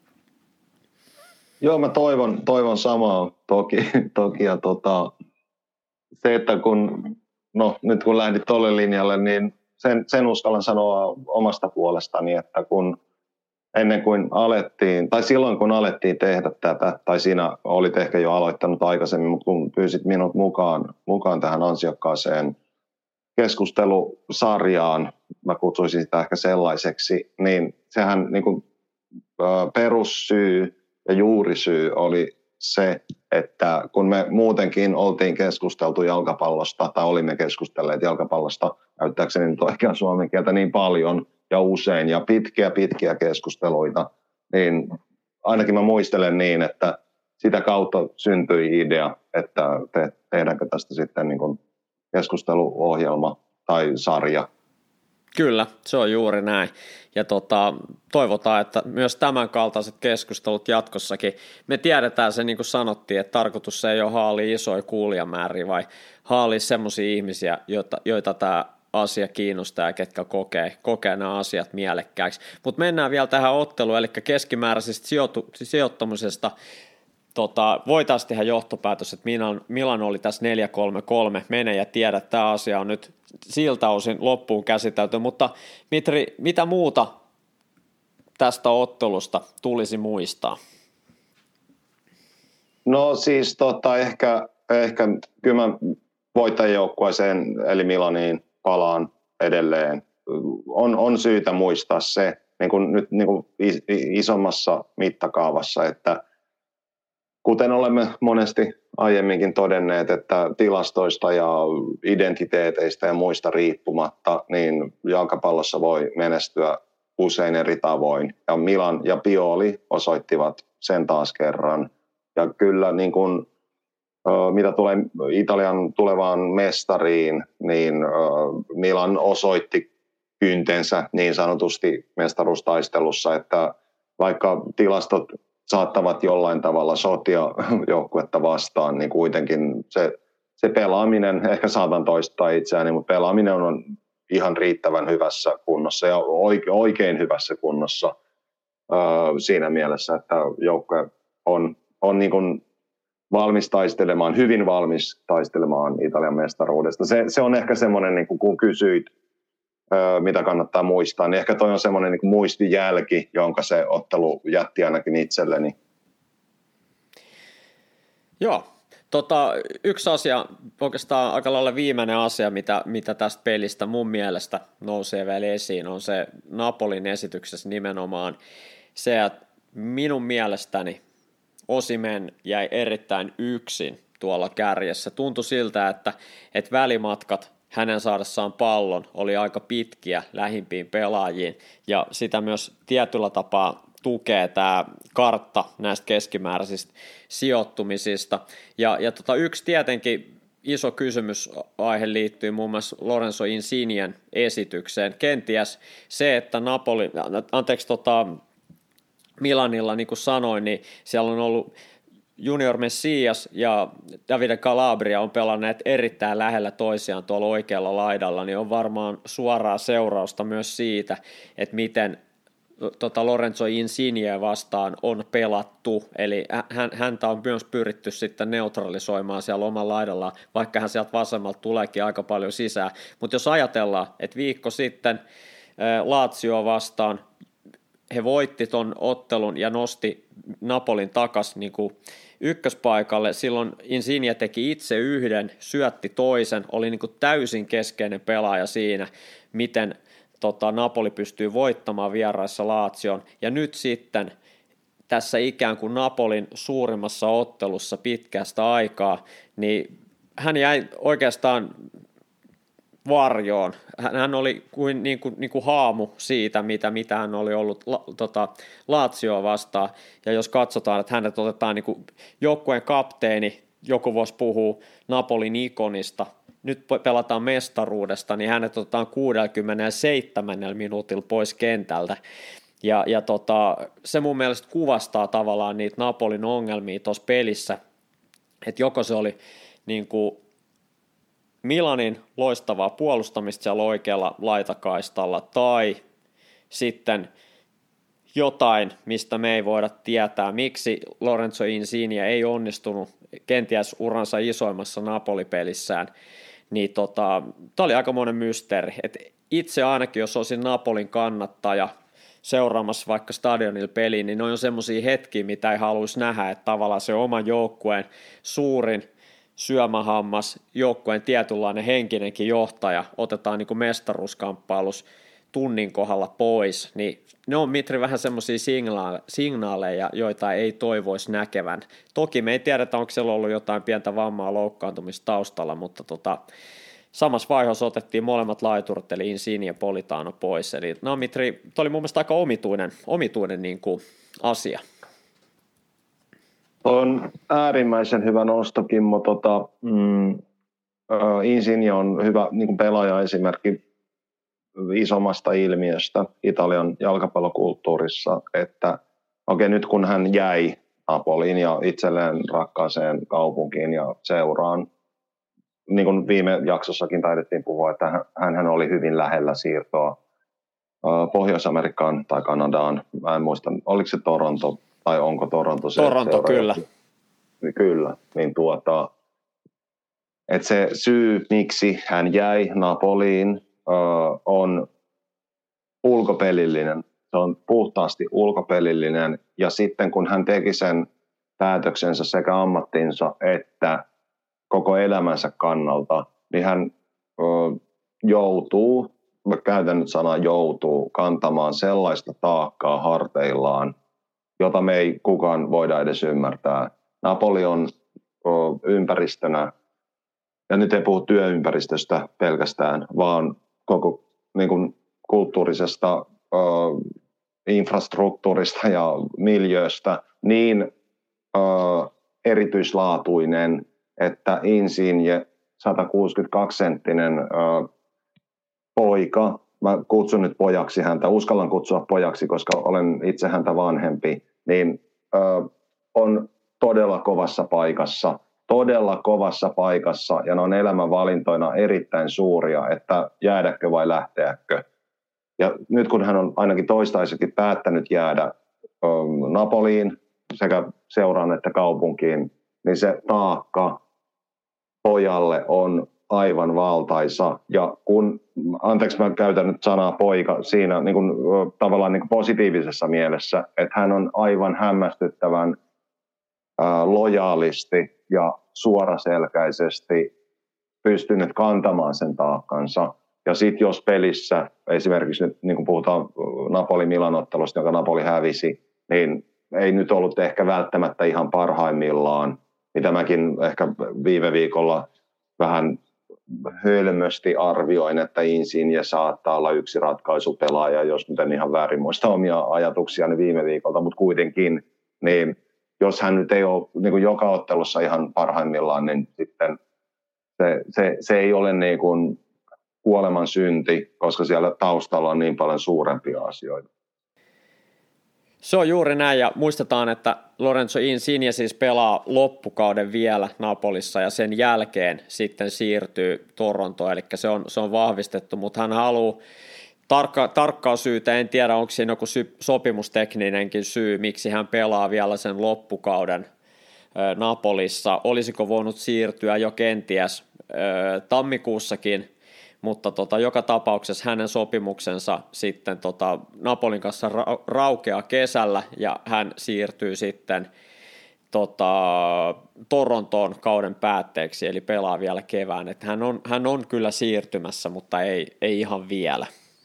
Joo, mä toivon, toivon samaa toki, toki ja tota, se, että kun, no nyt kun lähdit tolle linjalle, niin sen, sen uskallan sanoa omasta puolestani, että kun ennen kuin alettiin, tai silloin kun alettiin tehdä tätä, tai siinä olit ehkä jo aloittanut aikaisemmin, mutta kun pyysit minut mukaan, mukaan tähän ansiokkaaseen keskustelusarjaan, mä kutsuisin sitä ehkä sellaiseksi, niin sehän niin kuin, perussyy ja juurisyy oli se, että kun me muutenkin oltiin keskusteltu jalkapallosta, tai olimme keskustelleet jalkapallosta, näyttääkseni nyt oikean suomen kieltä niin paljon ja usein, ja pitkiä pitkiä keskusteluita, niin ainakin mä muistelen niin, että sitä kautta syntyi idea, että te, tehdäänkö tästä sitten niin kuin keskusteluohjelma tai sarja. Kyllä, se on juuri näin. Ja tota, toivotaan, että myös tämän kaltaiset keskustelut jatkossakin. Me tiedetään se, niin kuin sanottiin, että tarkoitus ei ole haalia isoja kuulijamääriä, vai haalia semmoisia ihmisiä, joita, joita tämä asia kiinnostaa ja ketkä kokee, kokee nämä asiat mielekkäiksi. Mutta mennään vielä tähän otteluun, eli keskimääräisestä sijoitu, sijoittumisesta. Tota, voitaisiin tehdä johtopäätös, että Milan, Milan oli tässä neljä kolme kolme, mene ja tiedä, että tämä asia on nyt siltä osin loppuun käsitelty, mutta Mitri, mitä muuta tästä ottelusta tulisi muistaa? No siis tota, ehkä, ehkä kyllä mä voittajajoukkueeseen eli Milaniin palaan edelleen. On, on syytä muistaa se niin kuin nyt niin kuin isommassa mittakaavassa, että kuten olemme monesti aiemminkin todenneet, että tilastoista ja identiteeteistä ja muista riippumatta, niin jalkapallossa voi menestyä usein eri tavoin. Ja Milan ja Pioli osoittivat sen taas kerran. Ja kyllä niin kuin, mitä tulee Italian tulevaan mestariin, niin Milan osoitti kyntensä niin sanotusti mestaruustaistelussa, että vaikka tilastot saattavat jollain tavalla sotia joukkuetta vastaan, niin kuitenkin se, se pelaaminen, ehkä saatan toistaa itseäni, mutta pelaaminen on ihan riittävän hyvässä kunnossa ja oike, oikein hyvässä kunnossa ö, siinä mielessä, että joukkue on, on niin kuin valmis taistelemaan, hyvin valmis taistelemaan Italian mestaruudesta. Se, se on ehkä semmoinen, niin kuin kun kysyit, mitä kannattaa muistaa, niin ehkä toi on semmoinen niin kuin muistijälki, jonka se ottelu jätti ainakin itselleni. Joo, tota, yksi asia, oikeastaan aika lailla viimeinen asia, mitä, mitä tästä pelistä mun mielestä nousee vielä esiin, on se Napolin esityksessä nimenomaan se, että minun mielestäni Osimhen jäi erittäin yksin tuolla kärjessä. Tuntui siltä, että, että välimatkat hänen saadessaan pallon oli aika pitkiä lähimpiin pelaajiin, ja sitä myös tietyllä tapaa tukee tämä kartta näistä keskimääräisistä sijoittumisista. Ja, ja tota, yksi tietenkin iso kysymysaihe liittyy muun muassa Lorenzo Insignen esitykseen. Kenties se, että Napoli, anteeksi, tota, Milanilla, niin kuin sanoin, niin siellä on ollut Junior Messias ja Davide Calabria on pelanneet erittäin lähellä toisiaan tuolla oikealla laidalla, niin on varmaan suoraa seurausta myös siitä, että miten tota Lorenzo Insigne vastaan on pelattu, eli hän, häntä on myös pyritty sitten neutralisoimaan siellä omalla laidalla, vaikka hän sieltä vasemmalta tuleekin aika paljon sisään. Mutta jos ajatellaan, että viikko sitten Lazio vastaan he voitti ton ottelun ja nosti Napolin takaisin niin kuin ykköspaikalle. Silloin Insigne teki itse yhden, syötti toisen, oli niin kuin täysin keskeinen pelaaja siinä, miten tota, Napoli pystyy voittamaan vieraissa Lazioon. Ja nyt sitten tässä ikään kuin Napolin suurimmassa ottelussa pitkästä aikaa, niin hän jäi oikeastaan varjoon. Hän oli kuin, niin kuin, niin kuin haamu siitä, mitä, mitä hän oli ollut la, tota, Lazioa vastaan. Ja jos katsotaan, että hänet otetaan niin kuin joukkueen kapteeni, joku voisi puhua Napolin ikonista, nyt pelataan mestaruudesta, niin hänet otetaan kuudellakymmenelläseitsemännellä minuutilla pois kentältä. Ja, ja tota, se mun mielestä kuvastaa tavallaan niitä Napolin ongelmia tuossa pelissä, että joko se oli niin kuin Milanin loistavaa puolustamista siellä oikealla laitakaistalla tai sitten jotain, mistä me ei voida tietää, miksi Lorenzo Insigne ei onnistunut kenties uransa isoimmassa Napoli-pelissään, niin tota, tämä oli aikamoinen mysteeri. Et itse ainakin, jos olisin Napolin kannattaja seuraamassa vaikka stadionilla peliin, niin ne on semmoisia hetkiä, mitä ei haluaisi nähdä, että tavallaan se oman joukkueen suurin syömähammas, joukkueen tietynlainen henkinenkin johtaja otetaan niin kuin mestaruuskamppailussa tunnin kohdalla pois, niin ne on, Mitri, vähän semmoisia signaale- signaaleja, joita ei toivoisi näkevän. Toki me ei tiedetä, onko siellä ollut jotain pientä vammaa loukkaantumista taustalla, mutta tota, samassa vaiheessa otettiin molemmat laiturit, eli Insigne ja Politano pois. Eli no Mitri, toi oli mun mielestä aika omituinen, omituinen niin kuin asia. On äärimmäisen hyvä nosto, Kimmo. Tota, mm, Insigne on hyvä niin kuin pelaaja-esimerkki isommasta ilmiöstä Italian jalkapallokulttuurissa, että okei, nyt kun hän jäi Napoliin ja itselleen rakkaaseen kaupunkiin ja seuraan, niin kuin viime jaksossakin taidettiin puhua, että hän, hän oli hyvin lähellä siirtoa Pohjois-Amerikkaan tai Kanadaan. Mä en muista, oliko se Toronto tai onko Toronto se? Toronto, seura, kyllä. Kyllä, niin tuota, että se syy, miksi hän jäi Napoliin, on ulkopelillinen. Se on puhtaasti ulkopelillinen, ja sitten kun hän teki sen päätöksensä sekä ammattinsa että koko elämänsä kannalta, niin hän joutuu, mä käytän nyt sanaa joutuu, kantamaan sellaista taakkaa harteillaan, jota me ei kukaan voida edes ymmärtää. Napoli on ympäristönä, ja nyt ei puhu työympäristöstä pelkästään, vaan koko niin kuin, kulttuurisesta ö, infrastruktuurista ja miljööstä niin ö, erityislaatuinen, että Insigne, sata kuusikymmentäkaksi senttinen ö, poika, mä kutsun nyt pojaksi häntä, uskallan kutsua pojaksi, koska olen itse häntä vanhempi, niin ö, on todella kovassa paikassa, todella kovassa paikassa, ja ne on elämänvalintoina erittäin suuria, että jäädäkö vai lähteäkö. Ja nyt kun hän on ainakin toistaiseksi päättänyt jäädä ö, Napoliin sekä seuraan että kaupunkiin, niin se taakka pojalle on aivan valtaisa. Ja kun, anteeksi mä käytän nyt sanaa poika siinä niin kuin, tavallaan niin kuin positiivisessa mielessä, että hän on aivan hämmästyttävän ää, lojaalisti ja suoraselkäisesti pystynyt kantamaan sen taakkansa. Ja sitten jos pelissä, esimerkiksi nyt niin kuin puhutaan Napoli-Milan-ottelusta, jonka Napoli hävisi, niin ei nyt ollut ehkä välttämättä ihan parhaimmillaan, mitä mäkin ehkä viime viikolla vähän hölmösti arvioin, että Insigne saattaa olla yksi ratkaisupelaaja, jos nyt en ihan väärin muista omia ajatuksiani viime viikolta, mutta kuitenkin, niin jos hän nyt ei ole niin kuin joka ottelussa ihan parhaimmillaan, niin sitten se, se, se ei ole niin kuin kuoleman synti, koska siellä taustalla on niin paljon suurempia asioita. Se on juuri näin, ja muistetaan, että Lorenzo Insigne siis pelaa loppukauden vielä Napolissa, ja sen jälkeen sitten siirtyy Torontoon, eli se on, se on vahvistettu, mutta hän haluaa tarkka, tarkkaa syytä en tiedä, onko siinä joku sy- sopimustekninenkin syy, miksi hän pelaa vielä sen loppukauden ö, Napolissa. Olisiko voinut siirtyä jo kenties ö, tammikuussakin, mutta tota, joka tapauksessa hänen sopimuksensa sitten tota, Napolin kanssa ra- raukeaa kesällä ja hän siirtyy sitten tota, Torontoon kauden päätteeksi, eli pelaa vielä kevään. Että hän, on, hän on kyllä siirtymässä, mutta ei, ei ihan vielä.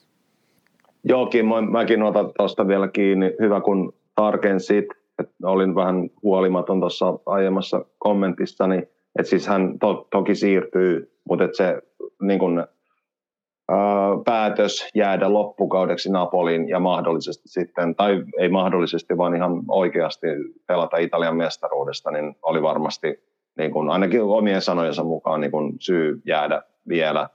Jookin, mäkin otan tuosta vielä kiinni. Hyvä kun tarkensit, että olin vähän huolimaton tuossa aiemmassa kommentissani, että siis hän to, toki siirtyy, mutta että se niin kun, ää, päätös jäädä loppukaudeksi Napoliin ja mahdollisesti sitten, tai ei mahdollisesti, vaan ihan oikeasti pelata Italian mestaruudesta, niin oli varmasti niin kun, ainakin omien sanojensa mukaan niin kun syy jäädä vielä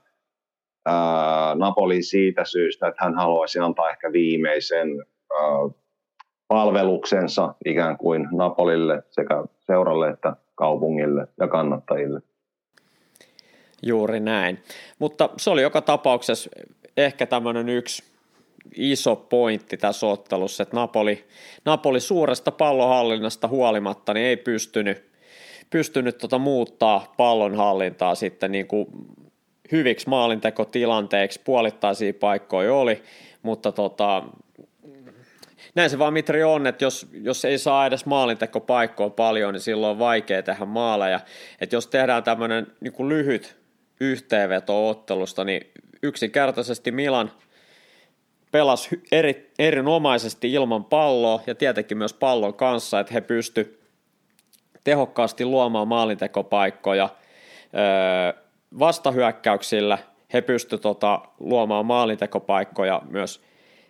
ää, Napoliin siitä syystä, että hän haluaisi antaa ehkä viimeisen ää, palveluksensa ikään kuin Napolille sekä seuralle että kaupungille ja kannattajille. Juuri näin. Mutta se oli joka tapauksessa ehkä tämmöinen yksi iso pointti tässä ottelussa, että Napoli, Napoli suuresta pallonhallinnasta huolimatta niin ei pystynyt, pystynyt tota muuttaa pallonhallintaa sitten niin kuin hyviksi maalintekotilanteiksi, puolittaisia paikkoja oli, mutta tota, näin se vaan Mitri on, että jos, jos ei saa edes maalintekopaikkoa paljon, niin silloin on vaikea tehdä maaleja. Että jos tehdään tämmöinen niin kuin lyhyt yhteenveto ottelusta, niin yksinkertaisesti Milan pelasi eri, erinomaisesti ilman palloa ja tietenkin myös pallon kanssa, että he pysty tehokkaasti luomaan maalintekopaikkoja öö, vastahyökkäyksillä. He pysty tota, luomaan maalintekopaikkoja myös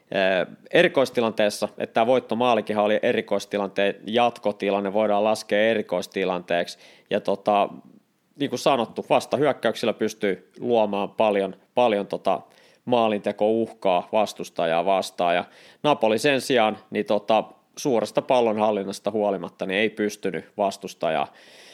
erikoistilanteessa, että tämä voittomaalikinhan oli erikoistilanteen jatkotilanne, voidaan laskea erikoistilanteeksi, ja tota, niin kuin sanottu, vasta hyökkäyksillä pystyy luomaan paljon, paljon tota maalinteko-uhkaa vastustajaa vastaan, ja Napoli sen sijaan niin tota, suuresta pallonhallinnasta huolimatta niin ei pystynyt vastustajaa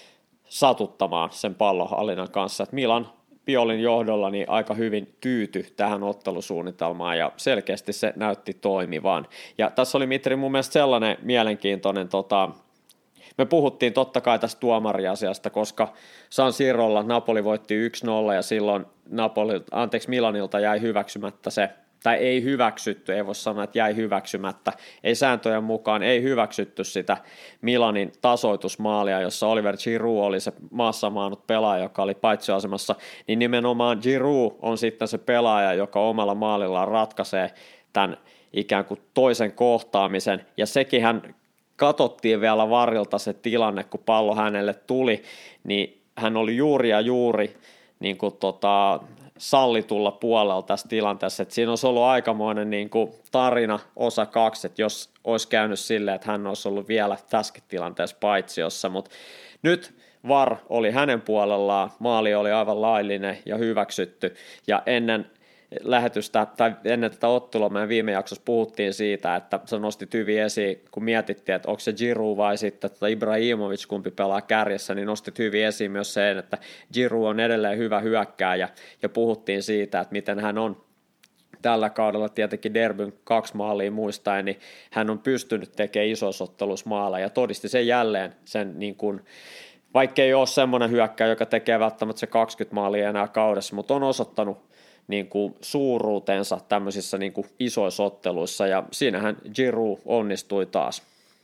satuttamaan sen pallonhallinnan kanssa, että Milan Piolin johdolla niin aika hyvin tyyty tähän ottelusuunnitelmaan ja selkeästi se näytti toimivan. Ja tässä oli Mitri mun mielestä sellainen mielenkiintoinen, tota, me puhuttiin totta kai tästä tuomariasiasta, koska San Sirolla Napoli voitti yksi nolla ja silloin Napoli, anteeksi Milanilta jäi hyväksymättä se, tai ei hyväksytty, ei voi sanoa, että jäi hyväksymättä, ei sääntöjen mukaan, ei hyväksytty sitä Milanin tasoitusmaalia, jossa Oliver Giroud oli se maassa maannut pelaaja, joka oli paitsioasemassa, niin nimenomaan Giroud on sitten se pelaaja, joka omalla maalillaan ratkaisee tämän ikään kuin toisen kohtaamisen, ja sekin hän katsottiin vielä varilta se tilanne, kun pallo hänelle tuli, niin hän oli juuri ja juuri niin kuin tota, sallitulla puolella tässä tilanteessa, että siinä olisi ollut aikamoinen niin kuin tarina osa kaksi, että jos olisi käynyt silleen, että hän olisi ollut vielä tässäkin tilanteessa paitsiossa, mutta nyt V A R oli hänen puolellaan, maali oli aivan laillinen ja hyväksytty, ja ennen lähetystä, tai ennen tätä ottelua meidän viime jaksossa puhuttiin siitä, että se nosti hyvin esiin, kun mietittiin, että onko se Giroud vai sitten tota Ibrahimovic, kumpi pelaa kärjessä, niin nostit hyvin esiin myös sen, että Giroud on edelleen hyvä hyökkääjä, ja puhuttiin siitä, että miten hän on tällä kaudella tietenkin Derbyn kaksi maalia muistaen, niin hän on pystynyt tekemään isoissa ottelussa maaleja, ja todisti sen jälleen sen niin kuin, vaikka ei ole semmoinen hyökkääjä, joka tekee välttämättä se kaksikymmentä maalia enää kaudessa, mutta on osoittanut niin kuin suuruutensa tämmöisissä niin kuin isoissa otteluissa, ja siinähän Giroud onnistui taas.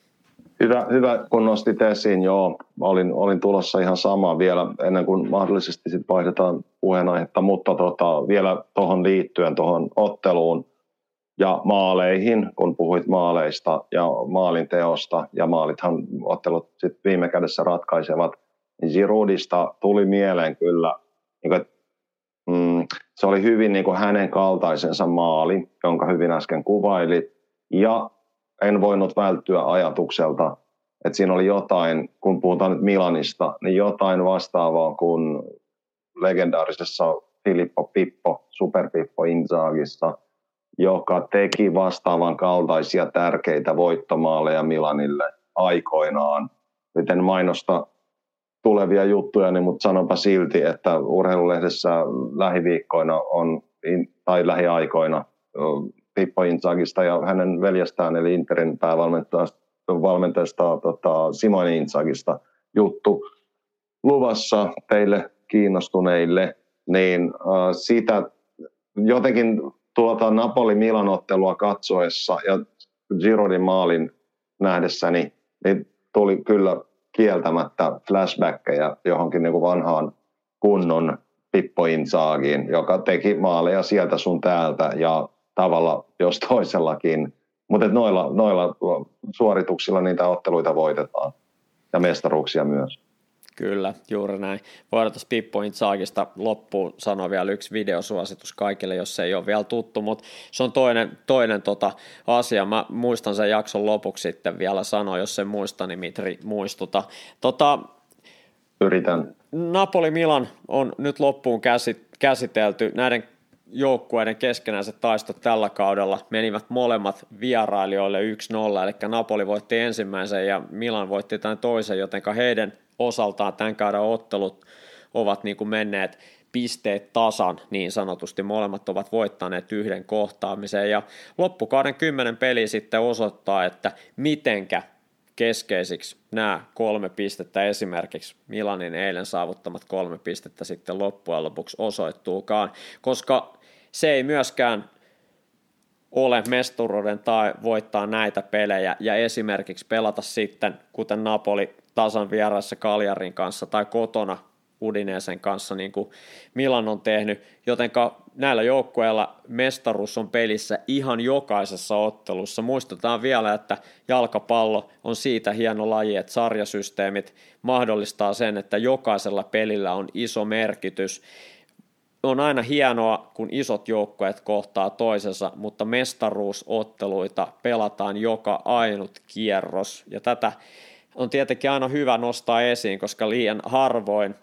Hyvä, hyvä kun nostit esiin, joo, olin, olin tulossa ihan samaa vielä ennen kuin mahdollisesti sit vaihdetaan puheenaihetta, mutta tota, vielä tuohon liittyen tuohon otteluun ja maaleihin, kun puhuit maaleista ja maalin teosta, ja maalithan ottelut sit viime kädessä ratkaisevat, niin Giroudista tuli mieleen kyllä, niin kuin, Mm, se oli hyvin niin kuin hänen kaltaisensa maali, jonka hyvin äsken kuvailit, ja en voinut välttyä ajatukselta, että siinä oli jotain, kun puhutaan nyt Milanista, niin jotain vastaavaa kuin legendaarisessa Filippo Pippo, Super Pippo Inzagissa, joka teki vastaavan kaltaisia tärkeitä voittomaaleja Milanille aikoinaan. Nyt en mainosta tulevia juttuja, niin, mutta sanonpa silti, että urheilulehdessä lähiviikkoina on, tai lähiaikoina Pippo Inzagista ja hänen veljestään, eli Interin päävalmentajasta tota, Simone Inzagista juttu luvassa teille kiinnostuneille, niin äh, siitä jotenkin tuota Napoli-Milan-ottelua katsoessa ja Girodin maalin nähdessäni, niin tuli kyllä kieltämättä flashbackkejä johonkin niin kuin vanhaan kunnon Pippo Inzagiin, joka teki maaleja sieltä sun täältä ja tavalla jos toisellakin. Mutta noilla, noilla suorituksilla niitä otteluita voitetaan ja mestaruuksia myös. Kyllä, juuri näin. Voidaan tuossa Pippo Inzagista loppuun sanoa vielä yksi videosuositus kaikille, jos se ei ole vielä tuttu, mutta se on toinen, toinen tota asia. Mä muistan sen jakson lopuksi sitten vielä sanoa, jos sen muista, niin Mitri muistuta. Tota, Yritän. Napoli-Milan on nyt loppuun käsitelty. Näiden joukkueiden keskenäiset taistot tällä kaudella menivät molemmat vierailijoille yksi nolla, eli Napoli voitti ensimmäisen ja Milan voitti tämän toisen, jotenka heidän osaltaan tämän kauden ottelut ovat niin kuin menneet pisteet tasan niin sanotusti. Molemmat ovat voittaneet yhden kohtaamisen ja loppukauden kymmenen peli sitten osoittaa, että mitenkä keskeisiksi nämä kolme pistettä esimerkiksi Milanin eilen saavuttamat kolme pistettä sitten loppujen lopuksi osoittuukaan, koska se ei myöskään ole mestaruuden tai voittaa näitä pelejä ja esimerkiksi pelata sitten, kuten Napoli tasan vieressä Cagliarin kanssa tai kotona Udinesen kanssa, niin kuin Milan on tehnyt, jotenka näillä joukkueilla mestaruus on pelissä ihan jokaisessa ottelussa. Muistutaan vielä, että jalkapallo on siitä hieno laji, että sarjasysteemit mahdollistaa sen, että jokaisella pelillä on iso merkitys. On aina hienoa, kun isot joukkueet kohtaa toisensa, mutta mestaruusotteluita pelataan joka ainut kierros, ja tätä on tietenkin aina hyvä nostaa esiin, koska liian harvoin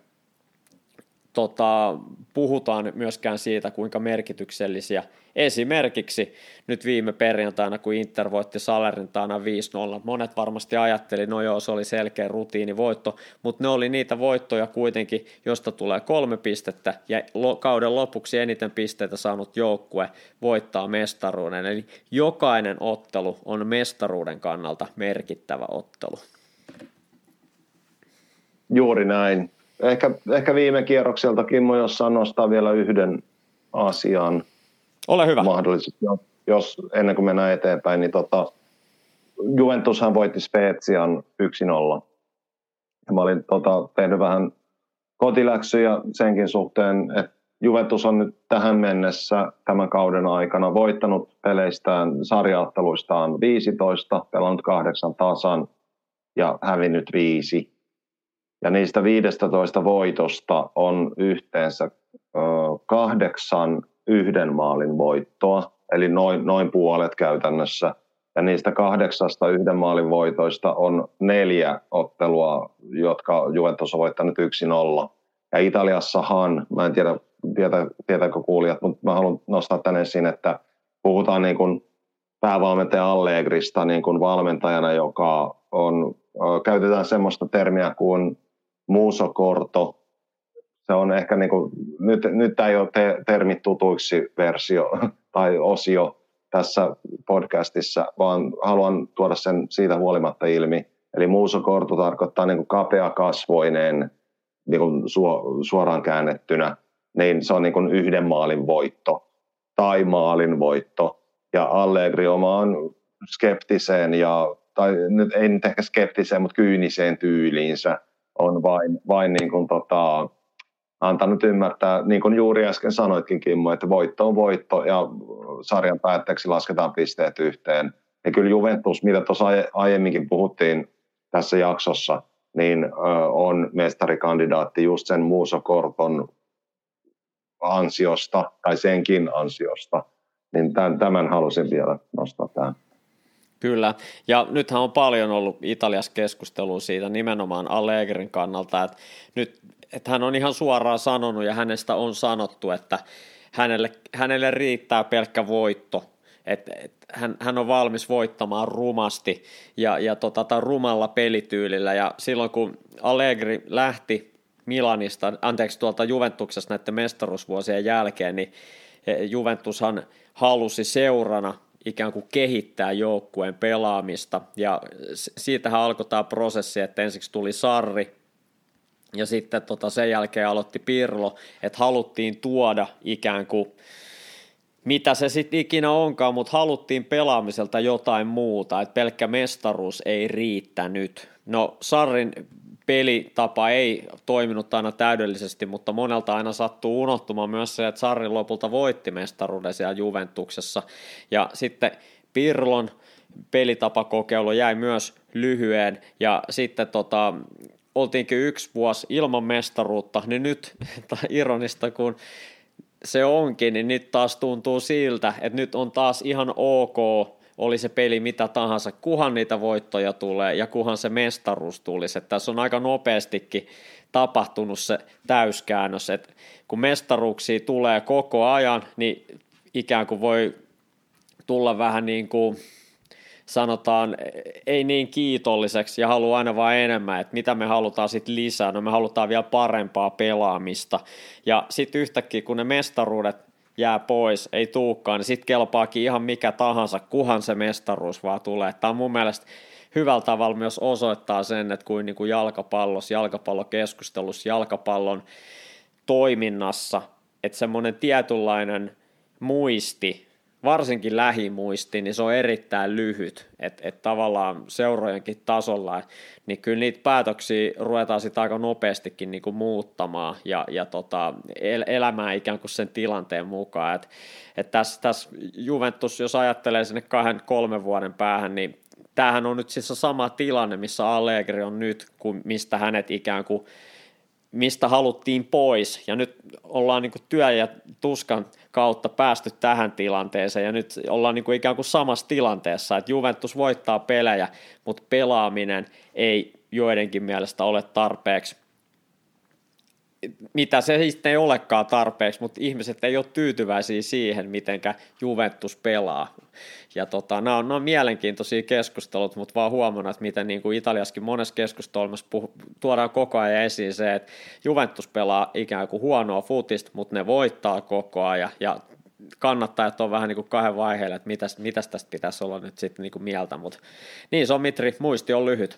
tota, puhutaan myöskään siitä, kuinka merkityksellisiä esimerkiksi nyt viime perjantaina, kun Inter voitti Salernitana viisi nolla. Monet varmasti ajatteli, no joo, se oli selkeä rutiinivoitto, mutta ne oli niitä voittoja kuitenkin, josta tulee kolme pistettä ja kauden lopuksi eniten pisteitä saanut joukkue voittaa mestaruuden. Eli jokainen ottelu on mestaruuden kannalta merkittävä ottelu. Juuri näin. Ehkä, ehkä viime kierrokselta Kimmo jossain nostaa vielä yhden asian. Ole hyvä. Mahdollisesti, jos ennen kuin mennään eteenpäin, niin tota, Juventushan voitti Spezian yksi nolla. Ja mä olin tota, tehnyt vähän kotiläksyjä senkin suhteen, että Juventus on nyt tähän mennessä tämän kauden aikana voittanut peleistään, sarjaotteluistaan viisitoista, pelannut kahdeksan tasan ja hävinnyt viisi. Ja niistä viisitoista voitosta on yhteensä ö, kahdeksan yhden maalin voittoa, eli noin, noin puolet käytännössä. Ja niistä kahdeksasta yhden maalin voitoista on neljä ottelua, jotka Juventus on voittanut yksi nolla. Ja Italiassahan, mä en tiedä, tietä, tietääkö kuulijat, mutta mä haluan nostaa tänne esiin, että puhutaan niin kuin päävalmentaja Allegrista niin kuin valmentajana, joka on, käytetään semmoista termiä kuin muso corto. Se on ehkä niin kuin, nyt, nyt ei ole te, termi tutuiksi versio tai osio tässä podcastissa, vaan haluan tuoda sen siitä huolimatta ilmi. Eli muso corto tarkoittaa niin kuin kapeakasvoinen, niin kuin suoraan käännettynä, niin se on niin kuin yhden maalin voitto tai maalin voitto. Ja Allegri omaan skeptiseen, ja, tai nyt ei nyt ehkä skeptiseen, mutta kyyniseen tyyliinsä on vain, vain niin kuin tota, antanut ymmärtää, niin kuin juuri äsken sanoitkin Kimmo, että voitto on voitto ja sarjan päätteeksi lasketaan pisteet yhteen. Ja kyllä Juventus, mitä tuossa aiemminkin puhuttiin tässä jaksossa, niin ö, on mestarikandidaatti just sen Muso Corton ansiosta tai senkin ansiosta. Niin tämän, tämän halusin vielä nostaa tähän. Kyllä, ja nythän on paljon ollut Italiassa keskustelua siitä nimenomaan Allegrin kannalta, että nyt että hän on ihan suoraan sanonut ja hänestä on sanottu, että hänelle, hänelle riittää pelkkä voitto, että, että hän, hän on valmis voittamaan rumasti ja, ja tota, tai rumalla pelityylillä, ja silloin kun Allegri lähti Milanista, anteeksi tuolta Juventuksesta näiden mestaruusvuosien jälkeen, niin Juventushan halusi seurana ikään kuin kehittää joukkueen pelaamista, ja siitähän alkoi tämä prosessi, että ensiksi tuli Sarri, ja sitten tota sen jälkeen aloitti Pirlo, että haluttiin tuoda ikään kuin, mitä se sitten ikinä onkaan, mutta haluttiin pelaamiselta jotain muuta, että pelkkä mestaruus ei riittänyt. No Sarrin pelitapa ei toiminut aina täydellisesti, mutta monelta aina sattuu unohtumaan myös se, että Sarri lopulta voitti mestaruuden siellä Juventuksessa, ja sitten Pirlon pelitapakokeilu jäi myös lyhyen, ja sitten tota, oltiinkin yksi vuosi ilman mestaruutta, niin nyt, ironista kun se onkin, niin nyt taas tuntuu siltä, että nyt on taas ihan ok, oli se peli mitä tahansa, kuhan niitä voittoja tulee ja kuhan se mestaruus tulisi. Että tässä on aika nopeastikin tapahtunut se täyskäännös, että kun mestaruuksia tulee koko ajan, niin ikään kuin voi tulla vähän niin kuin sanotaan, ei niin kiitolliseksi ja haluaa aina vaan enemmän, että mitä me halutaan sitten lisää, no me halutaan vielä parempaa pelaamista, ja sitten yhtäkkiä kun ne mestaruudet jää pois, ei tuukaan, niin sitten kelpaakin ihan mikä tahansa, kuhan se mestaruus vaan tulee. Tämä on mun mielestä hyvällä tavalla myös osoittaa sen, että kuin, niin kuin jalkapallossa, jalkapallokeskustelussa, jalkapallon toiminnassa, että semmoinen tietynlainen muisti, varsinkin lähimuisti, niin se on erittäin lyhyt, että et tavallaan seurojenkin tasolla, niin kyllä niitä päätöksiä ruvetaan sitten aika nopeastikin niinku muuttamaan ja, ja tota, el- elämään ikään kuin sen tilanteen mukaan, että et tässä täs Juventus, jos ajattelee sinne kahden, kolmen vuoden päähän, niin tämähän on nyt siis sama tilanne, missä Allegri on nyt, kuin mistä hänet ikään kuin mistä haluttiin pois, ja nyt ollaan niin kuin työ ja tuskan kautta päästy tähän tilanteeseen, ja nyt ollaan niin kuin ikään kuin samassa tilanteessa, että Juventus voittaa pelejä, mutta pelaaminen ei joidenkin mielestä ole tarpeeksi, mitä se sitten ei olekaan tarpeeksi, mutta ihmiset ei ole tyytyväisiä siihen, mitenkä Juventus pelaa. Ja tota, nämä on, nämä on mielenkiintoisia keskustelut, mutta vaan huomannut, että miten niin kuin Italiassakin monessa keskustelussa puhu, tuodaan koko ajan esiin se, että Juventus pelaa ikään kuin huonoa futista, mutta ne voittaa koko ajan, ja kannattajat on vähän niin kuin kahden vaiheella, että mitäs, mitäs tästä pitäisi olla nyt sitten niin kuin mieltä, mutta niin se on, Mitri, muisti on lyhyt.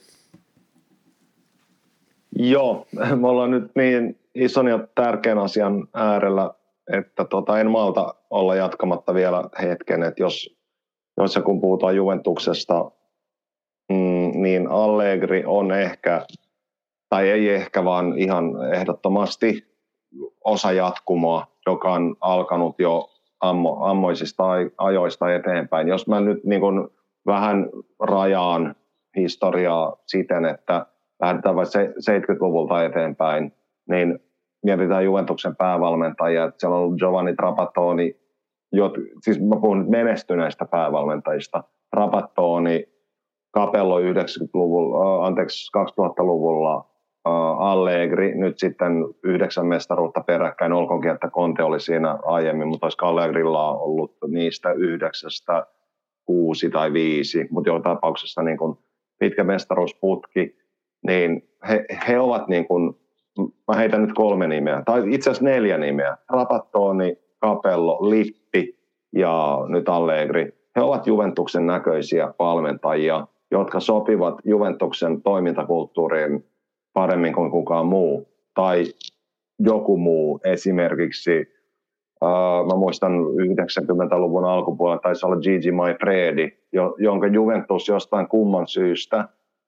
Joo, me ollaan nyt niin ison ja tärkeän asian äärellä, että tota, en malta olla jatkamatta vielä hetken, että jos, jos ja kun puhutaan Juventuksesta, mm, niin Allegri on ehkä, tai ei ehkä, vaan ihan ehdottomasti osa jatkumoa, joka on alkanut jo ammo, ammoisista ajoista eteenpäin. Jos mä nyt niin kun vähän rajaan historiaa siten, että lähdetään vaikka seitsemänkymmentäluvulta eteenpäin, niin mietitään Juventuksen päävalmentajia, että siellä on ollut Giovanni Trapattoni, jot, siis mä puhun nyt menestyneistä päävalmentajista, Trapattoni, Capello yhdeksänkymmentäluvulla, anteeksi kaksituhattaluvulla, Allegri, nyt sitten yhdeksän mestaruutta peräkkäin, olkoonkin, että Conte oli siinä aiemmin, mutta olisi Allegrilla ollut niistä yhdeksästä kuusi tai viisi, mutta joka tapauksessa niin kuin pitkä mestaruusputki, niin he, he ovat niin kuin, mä heitän nyt kolme nimeä, tai itse asiassa neljä nimeä, Trapattoni, Capello, Lippi ja nyt Allegri. He ovat Juventuksen näköisiä valmentajia, jotka sopivat Juventuksen toimintakulttuuriin paremmin kuin kukaan muu, tai joku muu, esimerkiksi, uh, mä muistan yhdeksänkymmentäluvun alkupuolella taisi olla Gigi Maifredi, jo, jonka Juventus jostain kumman syystä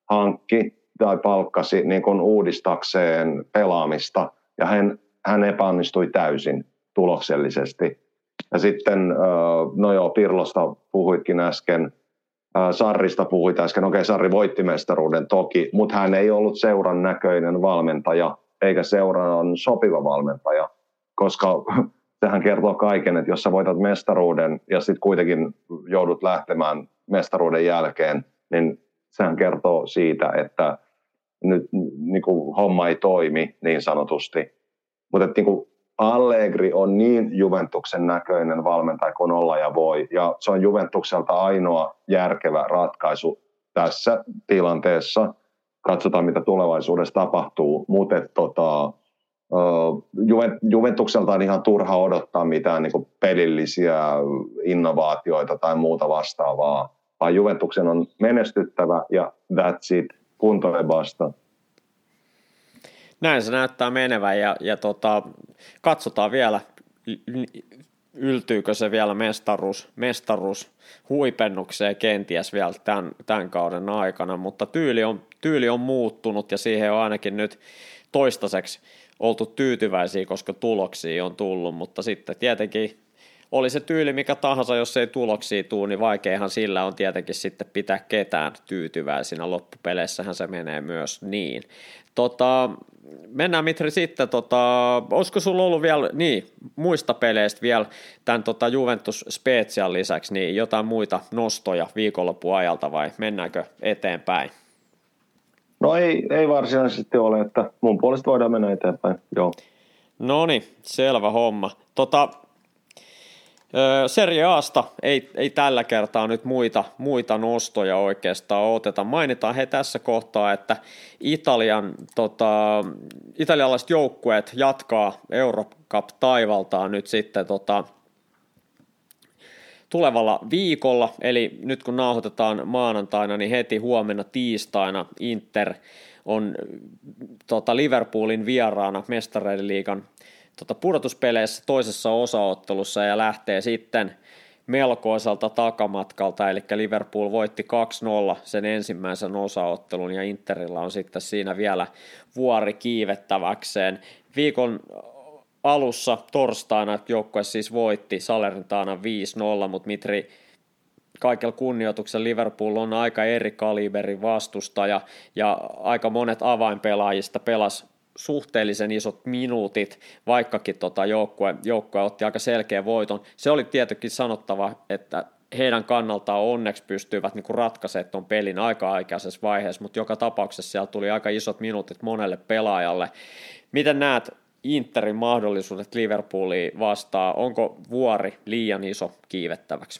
hankki tai palkkasi niin kuin uudistakseen pelaamista, ja hän, hän epäonnistui täysin tuloksellisesti. Ja sitten, no joo, Pirlosta puhuitkin äsken, Sarrista puhuit äsken, okei, Sarri voitti mestaruuden toki, mutta hän ei ollut seuran näköinen valmentaja, eikä seuran sopiva valmentaja, koska sehän kertoo kaiken, että jos sä voitat mestaruuden ja sitten kuitenkin joudut lähtemään mestaruuden jälkeen, niin sehän kertoo siitä, että nyt niin kuin homma ei toimi niin sanotusti. Mutta niin Allegri on niin Juventuksen näköinen valmentaja kuin olla ja voi, ja se on Juventukselta ainoa järkevä ratkaisu tässä tilanteessa. Katsotaan, mitä tulevaisuudessa tapahtuu, mutta tota, Juventukselta on ihan turha odottaa mitään niin kuin pelillisiä innovaatioita tai muuta vastaavaa, vaan Juventuksen on menestyttävä ja that's it, kunto ei basta. Näin se näyttää menevän ja, ja tota, katsotaan vielä, yltyykö se vielä mestaruus, mestaruus huipennukseen kenties vielä tämän, tämän kauden aikana, mutta tyyli on, tyyli on muuttunut ja siihen on ainakin nyt toistaiseksi oltu tyytyväisiä, koska tuloksia on tullut, mutta sitten tietenkin oli se tyyli mikä tahansa, jos ei tuloksia tule, niin vaikeahan sillä on tietenkin sitten pitää ketään tyytyväisinä, loppupeleissähän se menee myös niin. Tota, mennään Mitri sitten, tota, olisiko sulla ollut vielä, niin, muista peleistä vielä tämän tota, Juventus Special lisäksi, niin jotain muita nostoja viikonlopun ajalta vai mennäänkö eteenpäin? No ei, ei varsinaisesti ole, että mun puolesta voidaan mennä eteenpäin, joo. No niin, selvä homma. Tota, Serie A:sta ei, ei tällä kertaa nyt muita, muita nostoja oikeastaan oteta. Mainitaan he tässä kohtaa, että Italian, tota, italialaiset joukkueet jatkaa Eurocup-taivaltaan nyt sitten tota, tulevalla viikolla, eli nyt kun nauhoitetaan maanantaina, niin heti huomenna tiistaina Inter on tota, Liverpoolin vieraana Mestareiden liigan tota, pudotuspeleissä toisessa osaottelussa ja lähtee sitten melkoiselta takamatkalta, eli Liverpool voitti kaksi nolla sen ensimmäisen osaottelun ja Interillä on sitten siinä vielä vuori kiivettäväkseen. Viikon alussa torstaina joukkue siis voitti Salernitana viisi nolla, mutta Mitri, kaikella kunnioituksen Liverpool on aika eri kaliberin vastustaja ja aika monet avainpelaajista pelas suhteellisen isot minuutit, vaikkakin tota joukkue, joukkue otti aika selkeän voiton. Se oli tietenkin sanottava, että heidän kannaltaan onneksi pystyivät niinku ratkaisemaan tuon pelin aika-aikaisessa vaiheessa, mutta joka tapauksessa siellä tuli aika isot minuutit monelle pelaajalle. Miten näet Interin mahdollisuudet Liverpooliin vastaan? Onko vuori liian iso kiivettäväksi?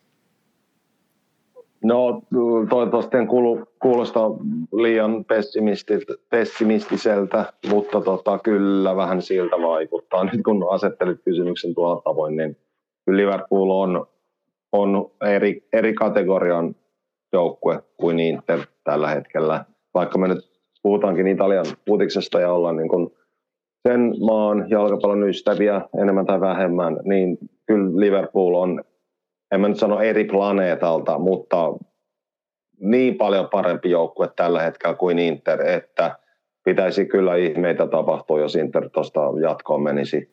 No toivottavasti en kuulu, kuulosta liian pessimistiseltä, mutta tota, kyllä vähän siltä vaikuttaa. Nyt kun asettelit kysymyksen tuolla tavoin, niin Liverpool on, on eri, eri kategorian joukkue kuin Inter tällä hetkellä. Vaikka me nyt puhutaankin Italian futiksesta ja ollaan niin kuin sen maan jalkapallon ystäviä enemmän tai vähemmän, niin kyllä Liverpool on, en mä nyt sano eri planeetalta, mutta niin paljon parempi joukkue tällä hetkellä kuin Inter, että pitäisi kyllä ihmeitä tapahtua, jos Inter tuosta jatkoon menisi.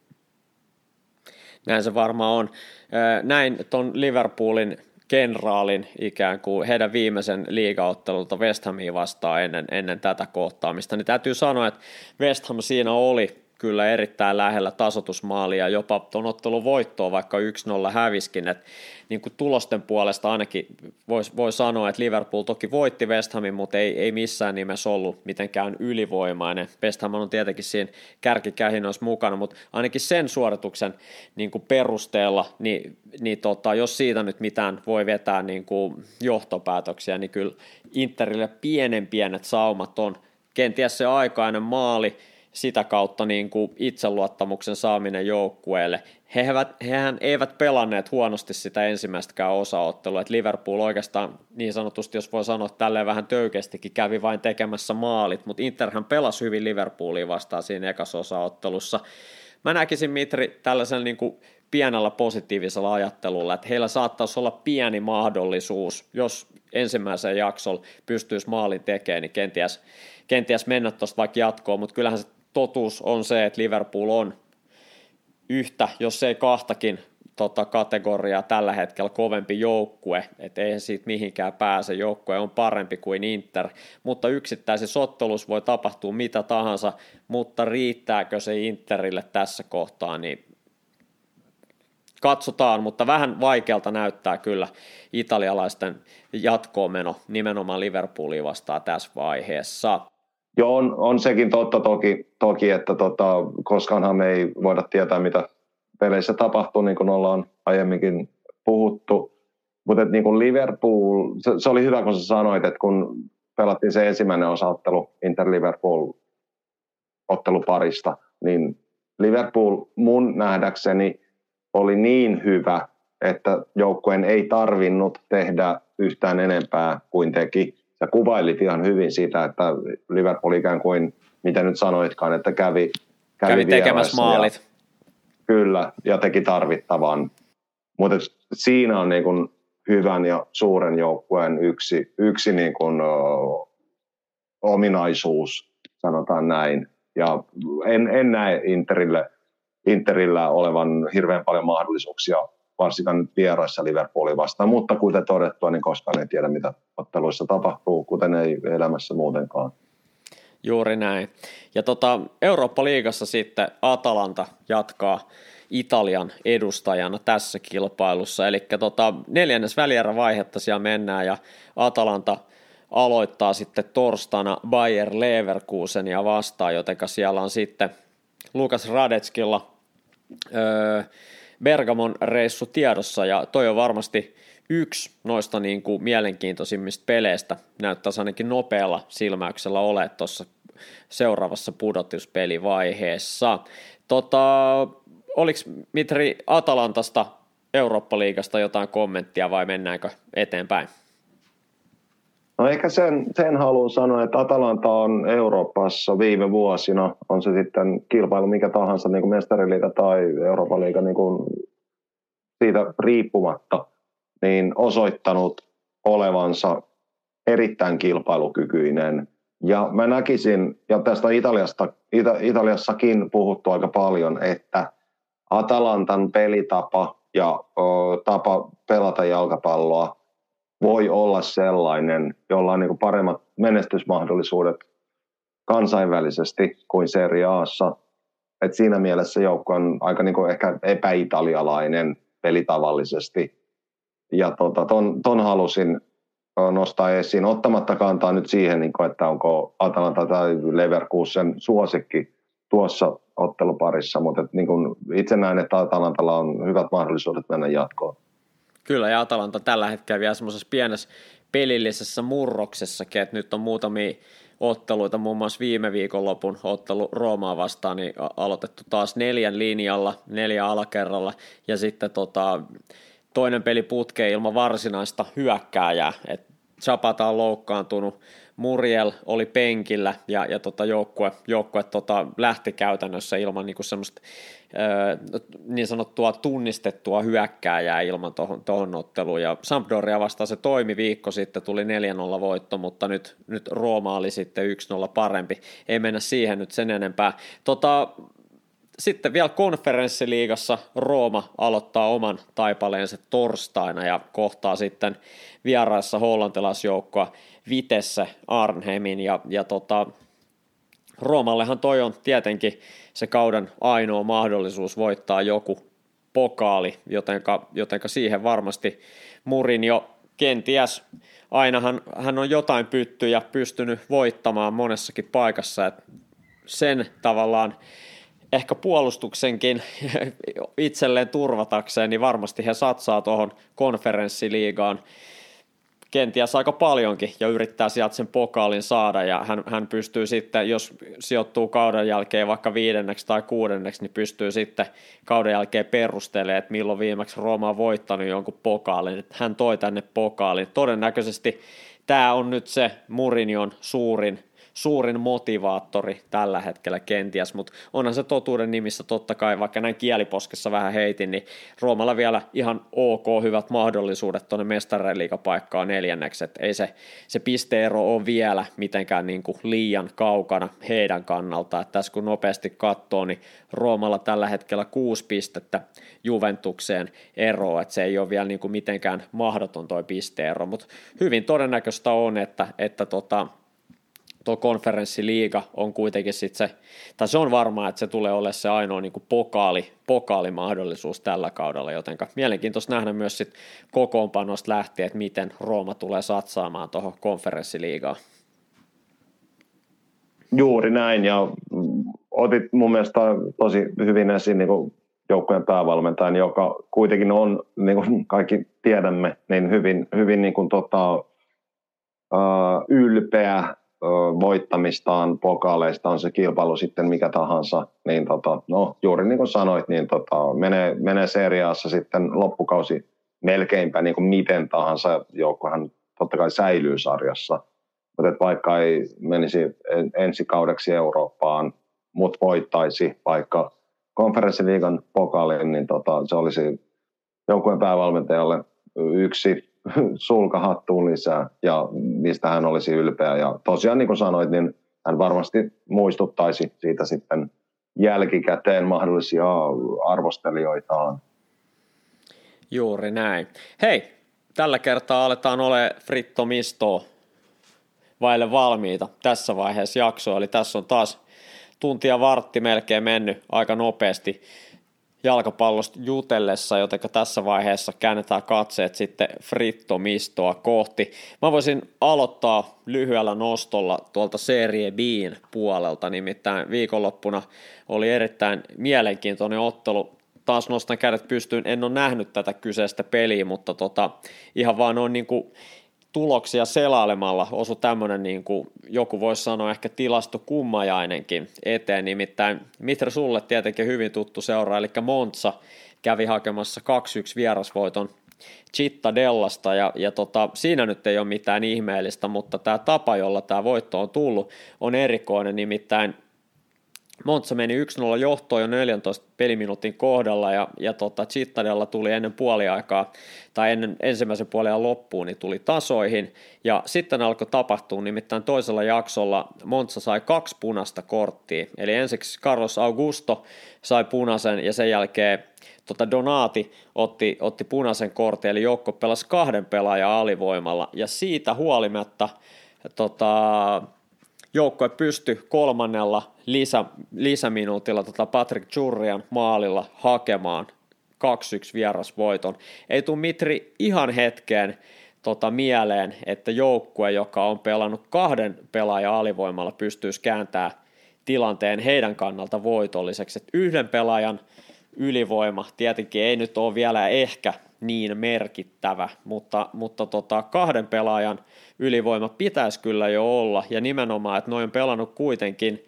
Näin se varmaan on. Näin tuon Liverpoolin kenraalin ikään kuin heidän viimeisen liigaottelulta West Hamia vastaan ennen, ennen tätä kohtaamista, niin täytyy sanoa, että West Ham siinä oli kyllä erittäin lähellä tasoitusmaalia, jopa tuon ottelun voittoa, vaikka yksi nolla häviskin, että niin kuin tulosten puolesta ainakin voi, voi sanoa, että Liverpool toki voitti West Hamin, mutta ei, ei missään nimessä ollut mitenkään ylivoimainen. West Ham on tietenkin siinä kärkikähinoissa mukana, mutta ainakin sen suorituksen niin kuin perusteella, niin, niin tota, jos siitä nyt mitään voi vetää niin kuin johtopäätöksiä, niin kyllä Interille pienen pienet saumat on kenties se aikainen maali, sitä kautta niin kuin itseluottamuksen saaminen joukkueelle. Hehän, hehän eivät pelanneet huonosti sitä ensimmäistäkään osaottelua, että Liverpool oikeastaan niin sanotusti, jos voi sanoa tälleen vähän töykeästikin, kävi vain tekemässä maalit, mutta Interhän pelasi hyvin Liverpoolia vastaan siinä ekassa osaottelussa. Mä näkisin Mitri tällaisen niin kuin pienellä positiivisella ajattelulla, että heillä saattaisi olla pieni mahdollisuus, jos ensimmäisen jaksolla pystyisi maalin tekemään, niin kenties, kenties mennä tuosta vaikka jatkoon, mutta kyllähän se totuus on se, että Liverpool on yhtä, jos ei kahtakin tota, kategoriaa tällä hetkellä kovempi joukkue, että eihän siitä mihinkään pääse, joukkue on parempi kuin Inter, mutta yksittäisessä ottelussa voi tapahtua mitä tahansa, mutta riittääkö se Interille tässä kohtaa, niin katsotaan, mutta vähän vaikealta näyttää kyllä italialaisten jatkoomeno nimenomaan Liverpoolia vastaan tässä vaiheessa. Joo, on, on sekin totta toki, toki että tota, koskaanhan me ei voida tietää, mitä peleissä tapahtuu, niin kuin ollaan aiemminkin puhuttu. Mutta niin kuin Liverpool, se, se oli hyvä, kun sä sanoit, että kun pelattiin se ensimmäinen osaottelu Inter-Liverpool otteluparista, niin Liverpool mun nähdäkseni oli niin hyvä, että joukkueen ei tarvinnut tehdä yhtään enempää kuin teki. Sä kuvailit ihan hyvin sitä, että Liverpool ikään kuin, mitä nyt sanoitkaan, että kävi, kävi, kävi tekemässä maalit. Ja, kyllä, ja teki tarvittavan. Mutta siinä on niin kuin hyvän ja suuren joukkueen yksi, yksi niin kuin, o, ominaisuus, sanotaan näin. Ja en, en näe Interille, Interillä olevan hirveän paljon mahdollisuuksia, varsinkaan nyt vieraissa Liverpoolin vastaan, mutta kuten todettua, niin koskaan ei tiedä, mitä otteluissa tapahtuu, kuten ei elämässä muutenkaan. Juuri näin. Ja tota, Eurooppa-liigassa sitten Atalanta jatkaa Italian edustajana tässä kilpailussa, eli tota, neljännes välierävaihetta siellä mennään, ja Atalanta aloittaa sitten torstaina Bayer Leverkusenia vastaan, jotenka siellä on sitten Lukas Radetskilla öö, Bergamon reissu tiedossa, ja toi on varmasti yksi noista niin kuin mielenkiintoisimmista peleistä, näyttäisi ainakin nopealla silmäyksellä ole tuossa seuraavassa pudotuspelivaiheessa. Tota, oliko Mitri Atalantasta Eurooppa-liigasta jotain kommenttia vai mennäänkö eteenpäin? No ehkä sen, sen haluan sanoa, että Atalanta on Euroopassa viime vuosina, on se sitten kilpailu mikä tahansa, niin kuin mestariliiga tai Euroopan liiga, niin kuin siitä riippumatta, niin osoittanut olevansa erittäin kilpailukykyinen. Ja mä näkisin, ja tästä Italiasta, Ita, Italiassakin puhuttu aika paljon, että Atalantan pelitapa ja o, tapa pelata jalkapalloa voi olla sellainen, jolla on niin kuin paremmat menestysmahdollisuudet kansainvälisesti kuin Serie A:ssa. Et siinä mielessä joukko on aika niin kuin ehkä epäitalialainen pelitavallisesti. Ja tota, ton, ton halusin nostaa esiin, ottamatta kantaa nyt siihen, niin kuin, että onko Atalanta tai Leverkusen suosikki tuossa otteluparissa, mutta niin kuin itse näen, että Atalantalla on hyvät mahdollisuudet mennä jatkoon. Kyllä, ja Atalanta tällä hetkellä vielä semmoisessa pienessä pelillisessä murroksessakin, että nyt on muutamia otteluita, muun muassa viime viikonlopun ottelu Roomaa vastaan, niin aloitettu taas neljän linjalla, neljä alakerralla, ja sitten tota, toinen peli putkeen ilman varsinaista hyökkääjää, että Zapata on loukkaantunut, Muriel oli penkillä, ja, ja tota joukkue, joukkue tota lähti käytännössä ilman niinku semmoista ö, niin sanottua tunnistettua hyökkääjää ilman tohon, tohon otteluun, ja Sampdoria vastaan se toimi viikko sitten, tuli neljä nolla voitto, mutta nyt, nyt Rooma oli sitten yksi nolla parempi, ei mennä siihen nyt sen enempää. Tota, Sitten vielä konferenssiliigassa Rooma aloittaa oman taipaleensa torstaina ja kohtaa sitten vieraissa hollantilaisjoukkoa Vitesse Arnhemin, ja, ja tota, Roomallehan toi on tietenkin se kauden ainoa mahdollisuus voittaa joku pokaali, jotenka, jotenka siihen varmasti Mourinho kenties, ainahan hän on jotain pyttyjä pystynyt voittamaan monessakin paikassa, että sen tavallaan ehkä puolustuksenkin itselleen turvatakseen, niin varmasti he satsaa tuohon konferenssiliigaan kenties aika paljonkin ja yrittää sieltä sen pokaalin saada, ja hän, hän pystyy sitten, jos sijoittuu kauden jälkeen vaikka viidenneksi tai kuudenneksi, niin pystyy sitten kauden jälkeen perustelemaan, että milloin viimeksi Rooma on voittanut jonkun pokaalin, että hän toi tänne pokaalin. Todennäköisesti tämä on nyt se Mourinhon suurin suurin motivaattori tällä hetkellä kenties, mutta onhan se totuuden nimissä totta kai, vaikka näin kieliposkessa vähän heitin, niin Roomalla vielä ihan ok hyvät mahdollisuudet tuonne mestariliigapaikkaan neljänneksi, että ei se, se pisteero ole vielä mitenkään niin kuin liian kaukana heidän kannalta, että tässä kun nopeasti katsoo, niin Roomalla tällä hetkellä kuusi pistettä Juventukseen eroa, että se ei ole vielä niin kuin mitenkään mahdoton toi pisteero, mutta hyvin todennäköistä on, että, että tota, tuo konferenssiliiga on kuitenkin sitten se, tai se on varmaa, että se tulee olemaan se ainoa niin kuin pokaali, pokaalimahdollisuus tällä kaudella, jotenka mielenkiintoista nähdä myös sit kokoonpanosta lähtien, että miten Rooma tulee satsaamaan tuohon konferenssiliigaan. Juuri näin, ja otit mun mielestä tosi hyvin esiin niin kuin joukkojen päävalmentajan, joka kuitenkin on, niin kuin kaikki tiedämme, niin hyvin, hyvin niin kuin tota, uh, ylpeä voittamistaan pokaaleista, on se kilpailu sitten mikä tahansa, niin tota, no, juuri niin kuin sanoit, niin tota, menee, menee seriaassa sitten loppukausi melkeinpä niin kuin miten tahansa, joukkohan totta kai säilyy sarjassa, mutta vaikka ei menisi ensi kaudeksi Eurooppaan, mutta voittaisi vaikka konferenssiliigan pokaalin, niin tota, se olisi joukkueen päävalmentajalle yksi sulka hattuun lisää, ja mistä hän olisi ylpeä. Ja tosiaan, niin kuin sanoit, niin hän varmasti muistuttaisi siitä sitten jälkikäteen mahdollisia arvostelijoitaan. Juuri näin. Hei, tällä kertaa aletaan olemaan Fritto Mistoa vaille valmiita tässä vaiheessa jaksoa, eli tässä on taas tuntia vartti melkein mennyt aika nopeasti jalkapallosta jutellessa, joten tässä vaiheessa käännetään katseet sitten Fritto Mistoa kohti. Mä voisin aloittaa lyhyellä nostolla tuolta Serie B:n puolelta, nimittäin viikonloppuna oli erittäin mielenkiintoinen ottelu. Taas nostan kädet pystyyn, en ole nähnyt tätä kyseistä peliä, mutta tota, ihan vaan on niin kuin tuloksia selailemalla osui tämmöinen, niin kuin joku voisi sanoa ehkä tilastokummajainenkin eteen, nimittäin Mitra sulle tietenkin hyvin tuttu seura, eli Monza kävi hakemassa kaksi yksi vierasvoiton Cittadellasta, ja, ja tota, siinä nyt ei ole mitään ihmeellistä, mutta tämä tapa, jolla tämä voitto on tullut, on erikoinen, nimittäin Monza meni yksi nolla johtoon jo neljäntoista peliminuutin kohdalla, ja, ja tota, Cittadella tuli ennen puoliaikaa, tai ennen ensimmäisen puoliajan loppuun, niin tuli tasoihin, ja sitten alkoi tapahtua, nimittäin toisella jaksolla Monza sai kaksi punaista korttia, eli ensiksi Carlos Augusto sai punaisen, ja sen jälkeen tota Donati otti, otti punaisen kortin, eli joukko pelasi kahden pelaajan alivoimalla, ja siitä huolimatta tota, joukkue pystyi kolmannella lisä, lisäminuutilla tota Patrick Churrian maalilla hakemaan kaksi yksi vierasvoiton. Ei tule Mitri ihan hetkeen tota mieleen, että joukkue, joka on pelannut kahden pelaajan alivoimalla, pystyisi kääntämään tilanteen heidän kannalta voitolliseksi. Et yhden pelaajan ylivoima tietenkin ei nyt ole vielä ehkä niin merkittävä, mutta, mutta tota, kahden pelaajan ylivoima pitäisi kyllä jo olla, ja nimenomaan, että noin on pelannut kuitenkin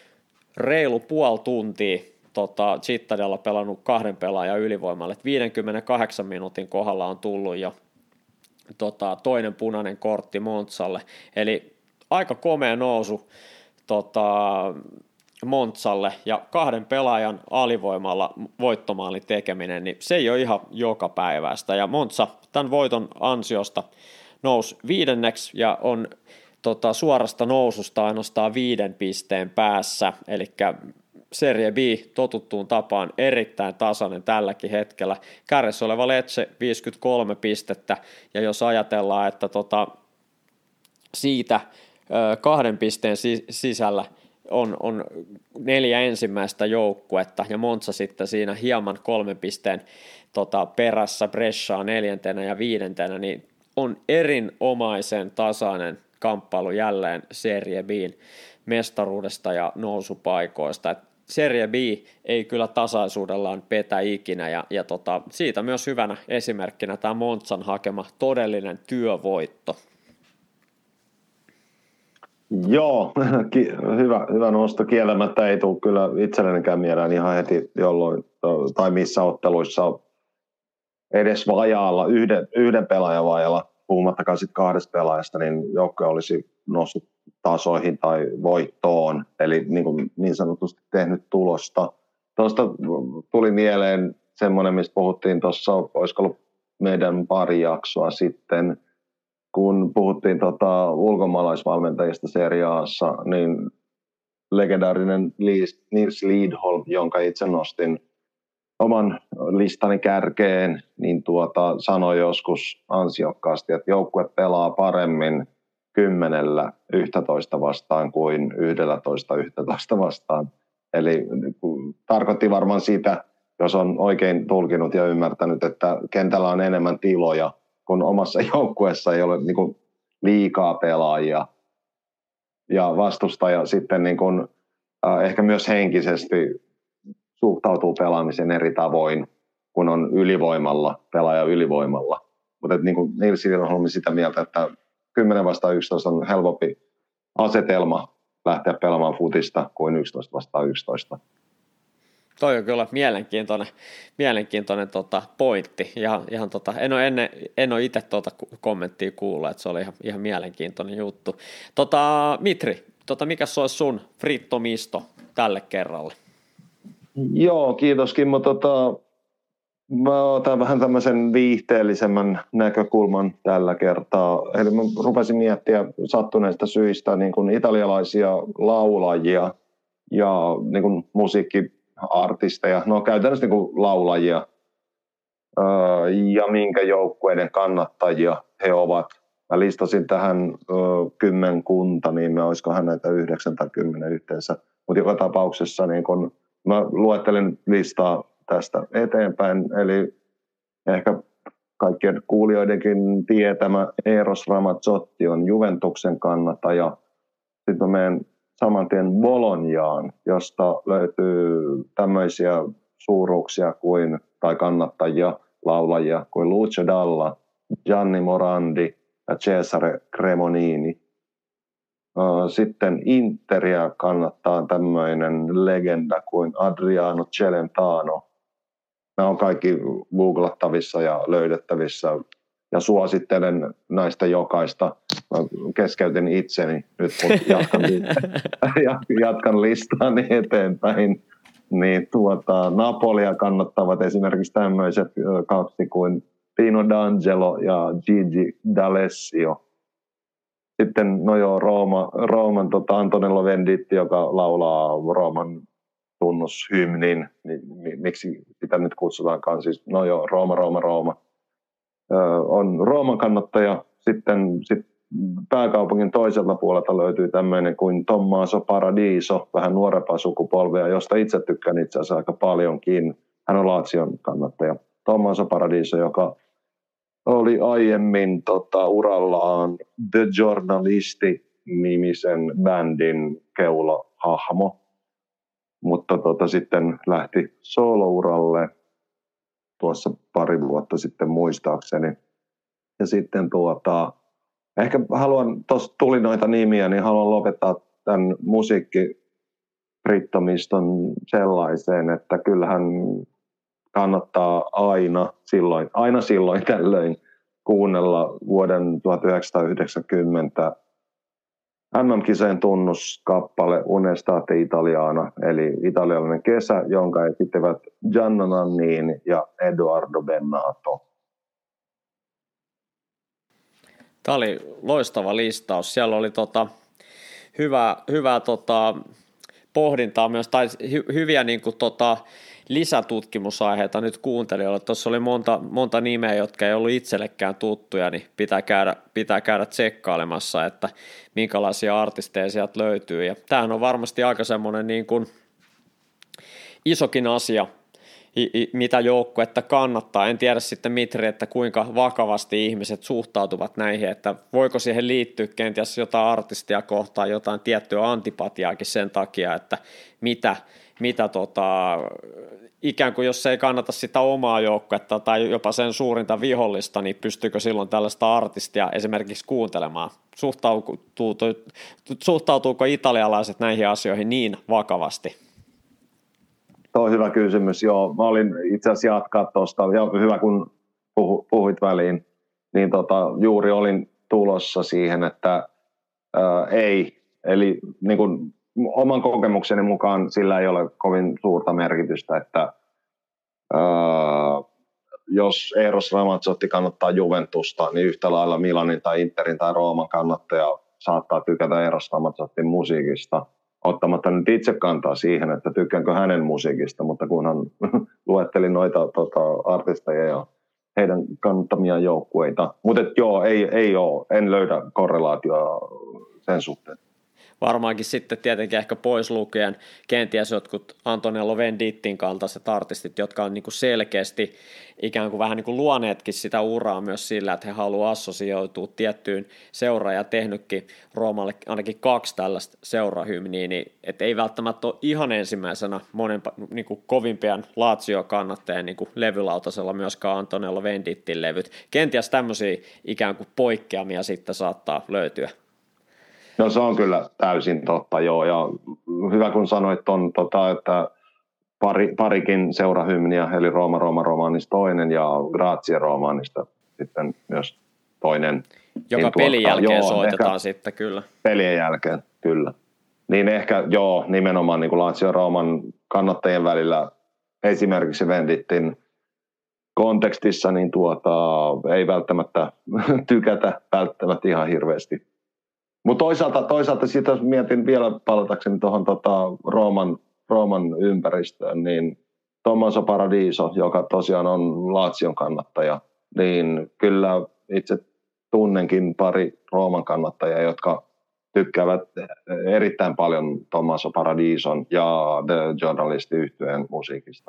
reilu puoli tuntia tota, Cittadella pelannut kahden pelaajan ylivoimalle, että viidenkymmenenkahdeksan minuutin kohdalla on tullut jo tota, toinen punainen kortti Monzalle, eli aika komea nousu tota, Monzalle, ja kahden pelaajan alivoimalla voittomaalin tekeminen, niin se ei ole ihan joka päiväistä, ja Monza tämän voiton ansiosta nousi viidenneksi ja on tota, suorasta noususta ainoastaan viiden pisteen päässä, eli Serie B totuttuun tapaan erittäin tasainen tälläkin hetkellä. Kärjessä oleva Lecce viisikymmentäkolme pistettä, ja jos ajatellaan, että tota, siitä ö, kahden pisteen sisällä on, on neljä ensimmäistä joukkuetta, ja Monza sitten siinä hieman kolmen pisteen tota, perässä, Brescia neljäntenä ja viidentenä, niin on erinomaisen tasainen kamppailu jälleen Serie B:n mestaruudesta ja nousupaikoista. Et Serie B ei kyllä tasaisuudellaan petä ikinä, ja, ja tota, siitä myös hyvänä esimerkkinä tämä Monzan hakema todellinen työvoitto. Joo, ki- hyvä, hyvä nosto. Kieltämättä ei tule kyllä itsellenikään mieleen ihan heti jolloin, tai missä otteluissa edes vajaalla, yhden, yhden pelaajan vajaalla, puhumattakaan sitten kahdesta pelaajasta, niin joukkue olisi noussut tasoihin tai voittoon, eli niin, kuin niin sanotusti tehnyt tulosta. Tuosta tuli mieleen semmoinen, mistä puhuttiin tuossa, olisiko ollut meidän pari jaksoa sitten, kun puhuttiin tota ulkomaalaisvalmentajista Serie A:ssa, niin legendaarinen Nils Lidholm, jonka itse nostin oman listani kärkeen, niin tuota, sanoi joskus ansiokkaasti, että joukkue pelaa paremmin kymmenellä yhtätoista vastaan kuin yhdellätoista yhtätoista vastaan. Eli tarkoitti varmaan sitä, jos on oikein tulkinut ja ymmärtänyt, että kentällä on enemmän tiloja, kun omassa joukkueessa ei ole niin kuin liikaa pelaajia. Ja vastustaja sitten niin kuin, äh, ehkä myös henkisesti suhtautuu pelaamiseen eri tavoin, kun on ylivoimalla, pelaaja ylivoimalla. Mutta niin kuin Nils Lidholm sitä mieltä, että kymmenen vastaan yksitoista on helpompi asetelma lähteä pelaamaan futista kuin yksitoista vastaan yksitoista. Toi on kyllä mielenkiintoinen, mielenkiintoinen tota, pointti. Ihan, ihan tota, en ole, ennen, en ole itse tuota kommenttia kuullut, että se oli ihan, ihan mielenkiintoinen juttu. Tota, Mitri, tota, mikä se olisi sun frittomisto tälle kerralle? Joo, kiitos Kimmo. Tota, mä otan vähän tämmöisen viihteellisemmän näkökulman tällä kertaa. Eli mä rupesin miettiä sattuneista syistä niin kuin italialaisia laulajia ja niin kuin musiikkiartisteja, no käytännössä niin kuin laulajia ja minkä joukkueiden kannattajia he ovat. Mä listasin tähän kymmenkunta, niin me olisikohan näitä yhdeksän tai kymmenen yhteensä, mutta joka tapauksessa niin kun mä luettelen listaa tästä eteenpäin, eli ehkä kaikkien kuulijoidenkin tietämä Eros Ramazzotti on Juventuksen kannattaja. Sitten mä menen saman tien Bolognaan, josta löytyy tämmöisiä suuruuksia kuin, tai kannattajia, laulajia kuin Lucio Dalla, Gianni Morandi ja Cesare Cremonini. Sitten Interia kannattaa tämmöinen legenda kuin Adriano Celentano. Nämä on kaikki googlattavissa ja löydettävissä ja suosittelen näistä jokaista. Mä keskeytin itseni nyt, kun jatkan, jatkan listaani eteenpäin. Niin tuota, Napolia kannattavat esimerkiksi tämmöiset kaksi kuin Pino D'Angelo ja Gigi D'Alessio. Sitten, no joo, Rooma, Rooman tota Antonello Venditti, joka laulaa Rooman tunnushymnin, niin miksi sitä nyt kutsutaankaan, siis no joo, Rooma, Rooma, Rooma, öö, on Rooman kannattaja. Sitten sit pääkaupungin toiselta puolelta löytyy tämmöinen kuin Tommaso Paradiso, vähän nuorempaa sukupolvea, josta itse tykkään itse asiassa aika paljonkin. Hän on Lazion kannattaja. Tommaso Paradiso, joka oli aiemmin tota, urallaan The Journalisti-nimisen bändin keulohahmo, mutta tota, sitten lähti solouralle tuossa pari vuotta sitten muistaakseni. Ja sitten tuota, ehkä haluan, tuossa tuli noita nimiä, niin haluan lopettaa tämän musiikkifrittomiston sellaiseen, että kyllähän kannattaa aina silloin, aina silloin tällöin kuunnella vuoden tuhatyhdeksänsataayhdeksänkymmentä M M-kisojen tunnuskappale Un'estate italiana, eli italialainen kesä, jonka esittivät Gianna Nannini ja Edoardo Bennato. Tämä oli loistava listaus. Siellä oli tota, hyvä, hyvää tota, pohdintaa myös, tai hy, hyviä niin kuin, tota, lisätutkimusaiheita nyt kuuntelijoille. Tuossa oli monta, monta nimeä, jotka ei ollut itsellekään tuttuja, niin pitää käydä, pitää käydä tsekkailemassa, että minkälaisia artisteja sieltä löytyy. Ja tämähän on varmasti aika semmoinen niin kuin isokin asia, mitä joukkuetta kannattaa. En tiedä sitten Mitri, että kuinka vakavasti ihmiset suhtautuvat näihin, että voiko siihen liittyä kenties jotain artistia kohtaan, jotain tiettyä antipatiaakin sen takia, että mitä, mitä tota, ikään kuin jos ei kannata sitä omaa joukkuetta tai jopa sen suurinta vihollista, niin pystyykö silloin tällaista artistia esimerkiksi kuuntelemaan? Suhtautuuko, suhtautuuko italialaiset näihin asioihin niin vakavasti? Tuo on hyvä kysymys, joo. Mä olin itse asiassa jatkaa tuosta, ja hyvä kun puhuit väliin, niin tota, juuri olin tulossa siihen, että ää, ei, eli niin kun, oman kokemukseni mukaan sillä ei ole kovin suurta merkitystä, että ää, jos Eros Ramazzotti kannattaa Juventusta, niin yhtä lailla Milanin tai Interin tai Rooman kannattaja saattaa tykätä Eros Ramazzottin musiikista, ottamatta nyt itse kantaa siihen, että tykkäänkö hänen musiikista, mutta kunhan luettelin noita tota, artisteja ja heidän kannattamia joukkueita. Mutta joo, ei, ei ole, en löydä korrelaatioa sen suhteen. Varmaankin sitten tietenkin ehkä pois lukien kenties jotkut Antonello Vendittin kaltaiset artistit, jotka on niin kuin selkeästi ikään kuin vähän niin kuin luoneetkin sitä uraa myös sillä, että he haluaa assosioitua tiettyyn seuraan ja tehnytkin Roomalle ainakin kaksi tällaista seurahymniä, niin että ei välttämättä ole ihan ensimmäisenä monen niin kuin kovimpien Lazio-kannattajien niin kuin levylautasella myöskään Antonello Vendittin levyt. Kenties tämmöisiä ikään kuin poikkeamia sitten saattaa löytyä. No se on kyllä täysin totta, joo. Ja hyvä kun sanoit on, tota, että pari, parikin seurahymniä, eli Rooma, Rooma, Romanis toinen ja Grazie Romanista sitten myös toinen. Joka niin pelin tuottaa, jälkeen joo, soitetaan sitten, kyllä. Pelien jälkeen, kyllä. Niin ehkä, joo, nimenomaan niin kuin Lazio Rooman kannattajien välillä esimerkiksi Vendittin kontekstissa, niin tuota, ei välttämättä tykätä välttämättä ihan hirveästi. Mutta toisaalta, toisaalta sitä jos mietin vielä palatakseni tuohon tota Rooman, Rooman ympäristöön, niin Tommaso Paradiso, joka tosiaan on Lazion kannattaja, niin kyllä itse tunnenkin pari Rooman kannattajaa, jotka tykkäävät erittäin paljon Tommaso Paradison ja The Journalist-yhtyeen musiikista.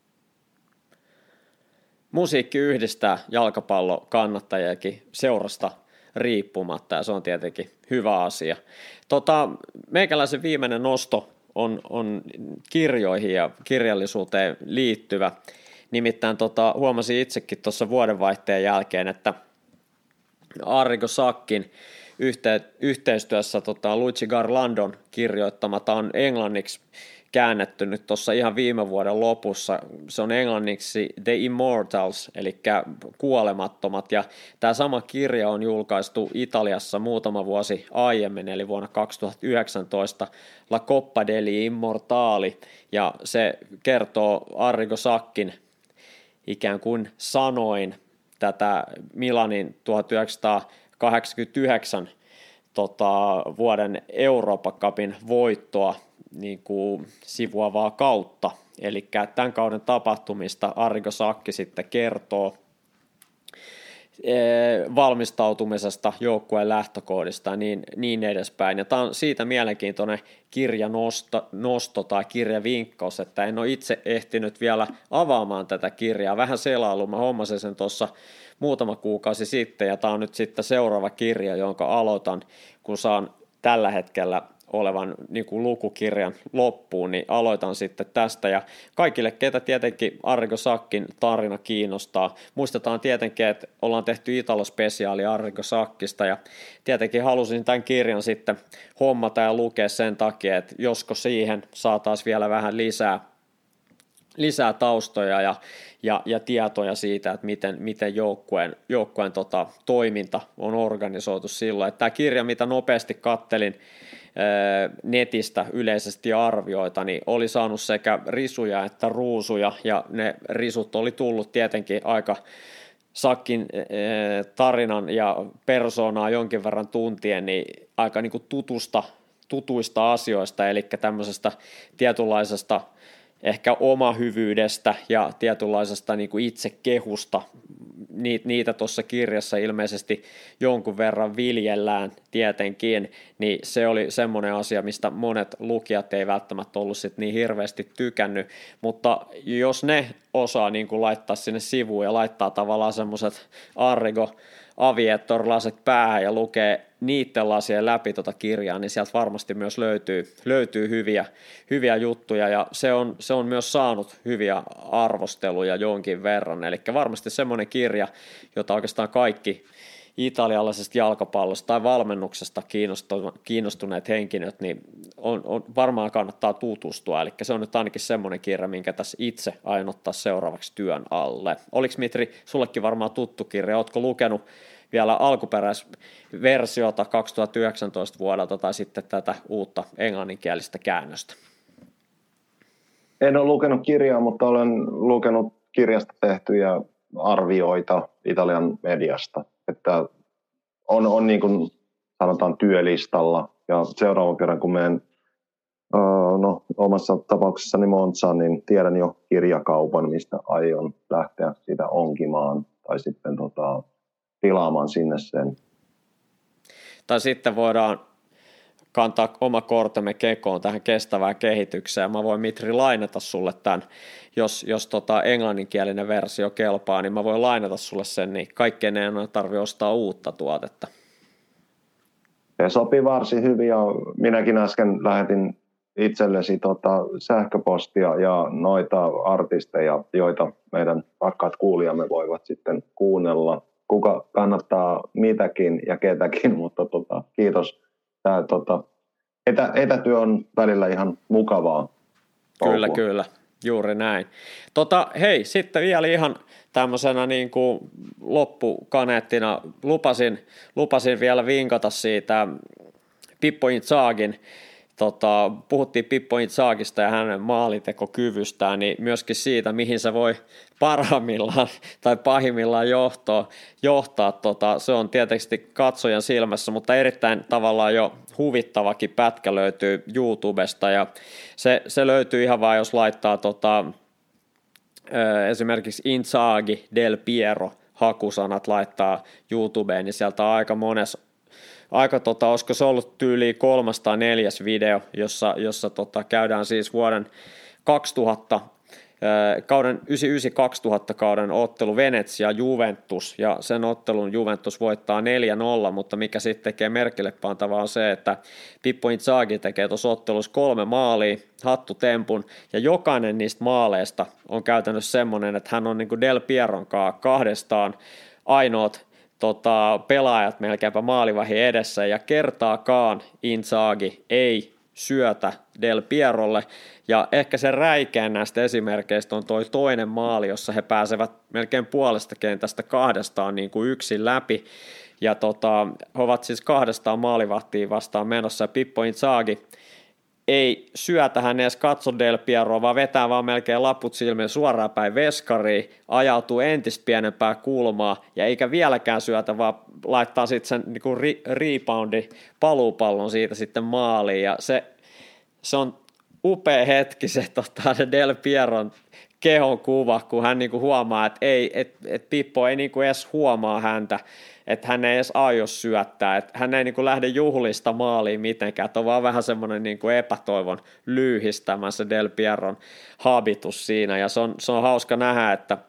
Musiikki yhdistää jalkapallokannattajiakin seurasta riippumatta, ja se on tietenkin hyvä asia. Tota, meikäläisen viimeinen nosto on, on kirjoihin ja kirjallisuuteen liittyvä. Nimittäin tota, huomasin itsekin tuossa vuodenvaihteen jälkeen, että Arrigo Sackin yhte, yhteistyössä tota, Luigi Garlandon kirjoittama, tämä on englanniksi käännetty nyt tuossa ihan viime vuoden lopussa. Se on englanniksi The Immortals, eli kuolemattomat, ja tämä sama kirja on julkaistu Italiassa muutama vuosi aiemmin, eli vuonna kaksituhattayhdeksäntoista, La Coppa degli Immortali, ja se kertoo Arrigo Sackin ikään kuin sanoin tätä Milanin tuhatyhdeksänsataakahdeksankymmentäyhdeksän tota, vuoden Eurooppa Cupin voittoa niin kuin sivuavaa kautta. Eli tämän kauden tapahtumista Arrigo Sacchi sitten kertoo valmistautumisesta, joukkueen lähtökohdista ja niin, niin edespäin. Ja tämä on siitä mielenkiintoinen kirjanosto nosto tai kirjavinkkaus, että en ole itse ehtinyt vielä avaamaan tätä kirjaa. Vähän selailu, mä hommasin sen tuossa muutama kuukausi sitten, ja tämä on nyt sitten seuraava kirja, jonka aloitan, kun saan tällä hetkellä olevan niin kuin lukukirjan loppuun, niin aloitan sitten tästä, ja kaikille, ketä tietenkin Arrigo Sackin tarina kiinnostaa, muistetaan tietenkin, että ollaan tehty Italo-spesiaali Arrigo Sacchista, ja tietenkin halusin tämän kirjan sitten hommata ja lukea sen takia, että josko siihen saataisiin vielä vähän lisää lisää taustoja ja, ja, ja tietoja siitä, että miten, miten joukkueen, joukkueen tota, toiminta on organisoitu silloin. Että tämä kirja, mitä nopeasti kattelin ää, netistä yleisesti arvioita, niin oli saanut sekä risuja että ruusuja, ja ne risut oli tullut tietenkin aika Sackin ää, tarinan ja persoonaa jonkin verran tuntien, niin aika niin kuin tutusta, tutuista asioista, eli tämmöisestä tietynlaisesta ehkä omahyvyydestä ja tietynlaisesta niin kuin itsekehusta. Niitä tuossa kirjassa ilmeisesti jonkun verran viljellään tietenkin, niin se oli semmoinen asia, mistä monet lukijat ei välttämättä ollut sit niin hirveästi tykännyt, mutta jos ne osaa niin kuin laittaa sinne sivuun ja laittaa tavallaan semmoiset Arrigo Aviator-laset päähän ja lukee niiden lasien läpi tuota kirjaa, niin sieltä varmasti myös löytyy, löytyy hyviä, hyviä juttuja, ja se on, se on myös saanut hyviä arvosteluja jonkin verran, eli varmasti semmoinen kirja, jota oikeastaan kaikki italialaisesta jalkapallosta tai valmennuksesta kiinnostuneet henkilöt, niin on, on, varmaan kannattaa tutustua, eli se on nyt ainakin semmoinen kirja, minkä tässä itse aion ottaa seuraavaksi työn alle. Oliko, Mitri, sullekin varmaan tuttu kirja, ootko lukenut vielä alkuperäisversiota kaksituhattayhdeksäntoista vuodelta tai sitten tätä uutta englanninkielistä käännöstä? En ole lukenut kirjaa, mutta olen lukenut kirjasta tehtyjä arvioita Italian mediasta, että on, on niin kuin sanotaan työlistalla, ja seuraavan kerran kun menen uh, no, omassa tapauksessani Monzaan, niin tiedän jo kirjakaupan, mistä aion lähteä sitä onkimaan tai sitten tota, tilaamaan sinne sen. Tai sitten voidaan kantaa oma kortemme kekoon tähän kestävään kehitykseen. Mä voin, Mitri, lainata sulle tämän, jos, jos tota englanninkielinen versio kelpaa, niin mä voin lainata sulle sen, niin kaikkeen ei tarvitse ostaa uutta tuotetta. Se sopii varsin hyvin, ja minäkin äsken lähetin itsellesi tota sähköpostia ja noita artisteja, joita meidän rakkaat kuulijamme voivat sitten kuunnella. Kuka kannattaa mitäkin ja ketäkin, mutta tota, kiitos Tää, tota, etä, etätyö on välillä ihan mukavaa. Kyllä, touhua. kyllä. Juuri näin. Tota, hei, sitten vielä ihan tämmöisenä niin kuin loppukaneettina lupasin, lupasin vielä vinkata siitä Pippo Inzaghin. Tota, puhuttiin Pippo Inzagista ja hänen maalintekokyvystään, niin myöskin siitä, mihin se voi parhaimmillaan tai pahimmillaan johtaa. johtaa tota, se on tietysti katsojan silmässä, mutta erittäin tavallaan jo huvittavakin pätkä löytyy YouTubesta, ja se, se löytyy ihan vaan, jos laittaa tota, esimerkiksi Inzaghi Del Piero hakusanat laittaa YouTubeen, niin sieltä on aika monessa Aika, tota, olisiko se ollut tyyli kolmas tai neljäs video, jossa, jossa tota, käydään siis vuoden kaksituhatta, kauden yhdeksänkymmentäyhdeksän kaksituhatta kauden ottelu Venetsia Juventus, ja sen ottelun Juventus voittaa neljä nolla, mutta mikä sitten tekee merkille pantavaa on se, että Pippo Inzaghi tekee tuossa ottelussa kolme maalia, hattutempun, ja jokainen niistä maaleista on käytännössä semmoinen, että hän on niin kuin Del Pieron kanssa kahdestaan ainoat Tota, pelaajat melkeinpä maalivahin edessä, ja kertaakaan Inzaghi ei syötä Del Pierolle, ja ehkä se räikein näistä esimerkkeistä on toi toinen maali, jossa he pääsevät melkein puolesta kentästä kahdestaan niin kuin yksin läpi, ja tota, he ovat siis kahdestaan maalivahtiin vastaan menossa, ja Pippo Inzaghi ei syötä, hän edes katso Del Pieroa, vaan vetää vaan melkein laput silmiin suoraan päin veskariin, ajautuu entistä pienempää kulmaa, ja eikä vieläkään syötä, vaan laittaa sitten sen niin kuin ri- reboundin paluupallon siitä sitten maaliin, ja se, se on upea hetki se, tota, se Del Pieron kehon kuva, kun hän niin kuin huomaa, että ei, et, et Pippo ei niin kuin edes huomaa häntä, että hän ei edes aio syöttää, että hän ei niin kuin lähde juhlista maaliin mitenkään, että on vaan vähän semmoinen niin kuin epätoivon lyyhistämä se Del Pieron habitus siinä, ja se on, se on hauska nähdä, että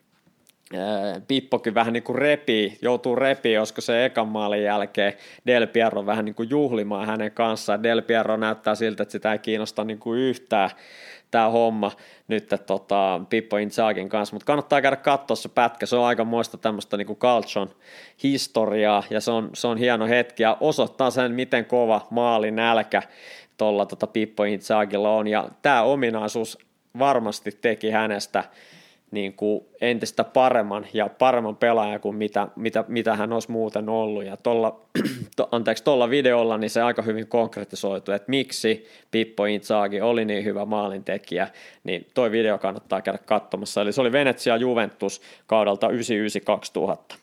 ää, Pippokin vähän niin kuin repii, joutuu repiä, olisiko se ekan maalin jälkeen Del Piero vähän niin kuin juhlimaan hänen kanssaan. Del Piero näyttää siltä, että sitä ei kiinnosta niin kuin yhtään tämä homma nyt tota, Pippo Inzaghin kanssa, mutta kannattaa käydä katsoa se pätkä, se on aika muista tämmöistä niin kuin Calcion historiaa, ja se on, se on hieno hetki, ja osoittaa sen, miten kova maalin nälkä tuolla tota Pippo Inzaghilla on, ja tämä ominaisuus varmasti teki hänestä niin kuin entistä paremman ja paremman pelaajan kuin mitä, mitä, mitä hän olisi muuten ollut, ja tuolla to, anteeksi, tuolla videolla niin se aika hyvin konkretisoitu, että miksi Pippo Inzaghi oli niin hyvä maalintekijä, niin toi video kannattaa käydä katsomassa, eli se oli Venetsia Juventus kaudelta yhdeksänkymmentäyhdeksän kaksituhatta.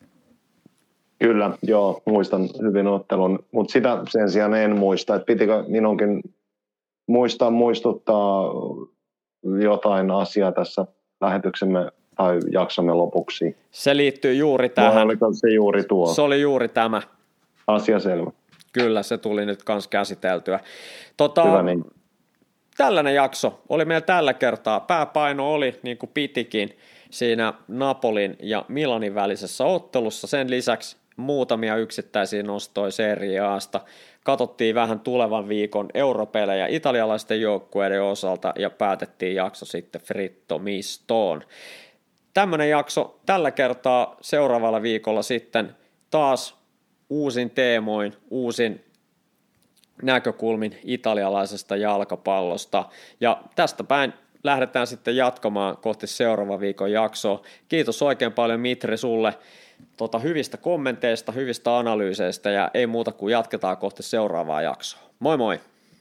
Kyllä, joo, muistan hyvin ottelun, mutta sitä sen sijaan en muista, että pitikö minunkin muistaa muistuttaa jotain asiaa tässä lähetyksemme tai jaksomme lopuksi. Se liittyy juuri tähän. Oliko se juuri tuo? Se oli juuri tämä. Asia selvä. Kyllä, se tuli nyt kans käsiteltyä. Tota, Hyvä niin. Tällainen jakso oli meillä tällä kertaa. Pääpaino oli, niin kuin pitikin, siinä Napolin ja Milanin välisessä ottelussa. Sen lisäksi muutamia yksittäisiä nostoja Serie A:sta. Katsottiin vähän tulevan viikon europelejä italialaisten joukkueiden osalta ja päätettiin jakso sitten Fritto Mistoon. Tämmöinen jakso tällä kertaa, seuraavalla viikolla sitten taas uusin teemoin, uusin näkökulmin italialaisesta jalkapallosta, ja tästä päin lähdetään sitten jatkamaan kohti seuraavan viikon jaksoa. Kiitos oikein paljon Mitri sulle tota, hyvistä kommenteista, hyvistä analyyseistä, ja ei muuta kuin jatketaan kohti seuraavaa jaksoa. Moi moi!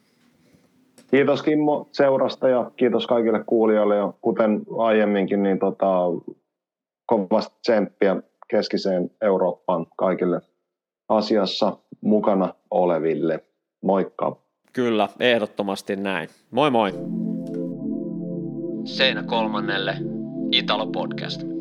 Kiitos Kimmo seurasta ja kiitos kaikille kuulijoille, ja kuten aiemminkin, niin tota, kovasti tsemppiä keskiseen Eurooppaan kaikille asiassa mukana oleville. Moikka! Kyllä, ehdottomasti näin. Moi moi! Seinä kolmannelle Italo Podcast.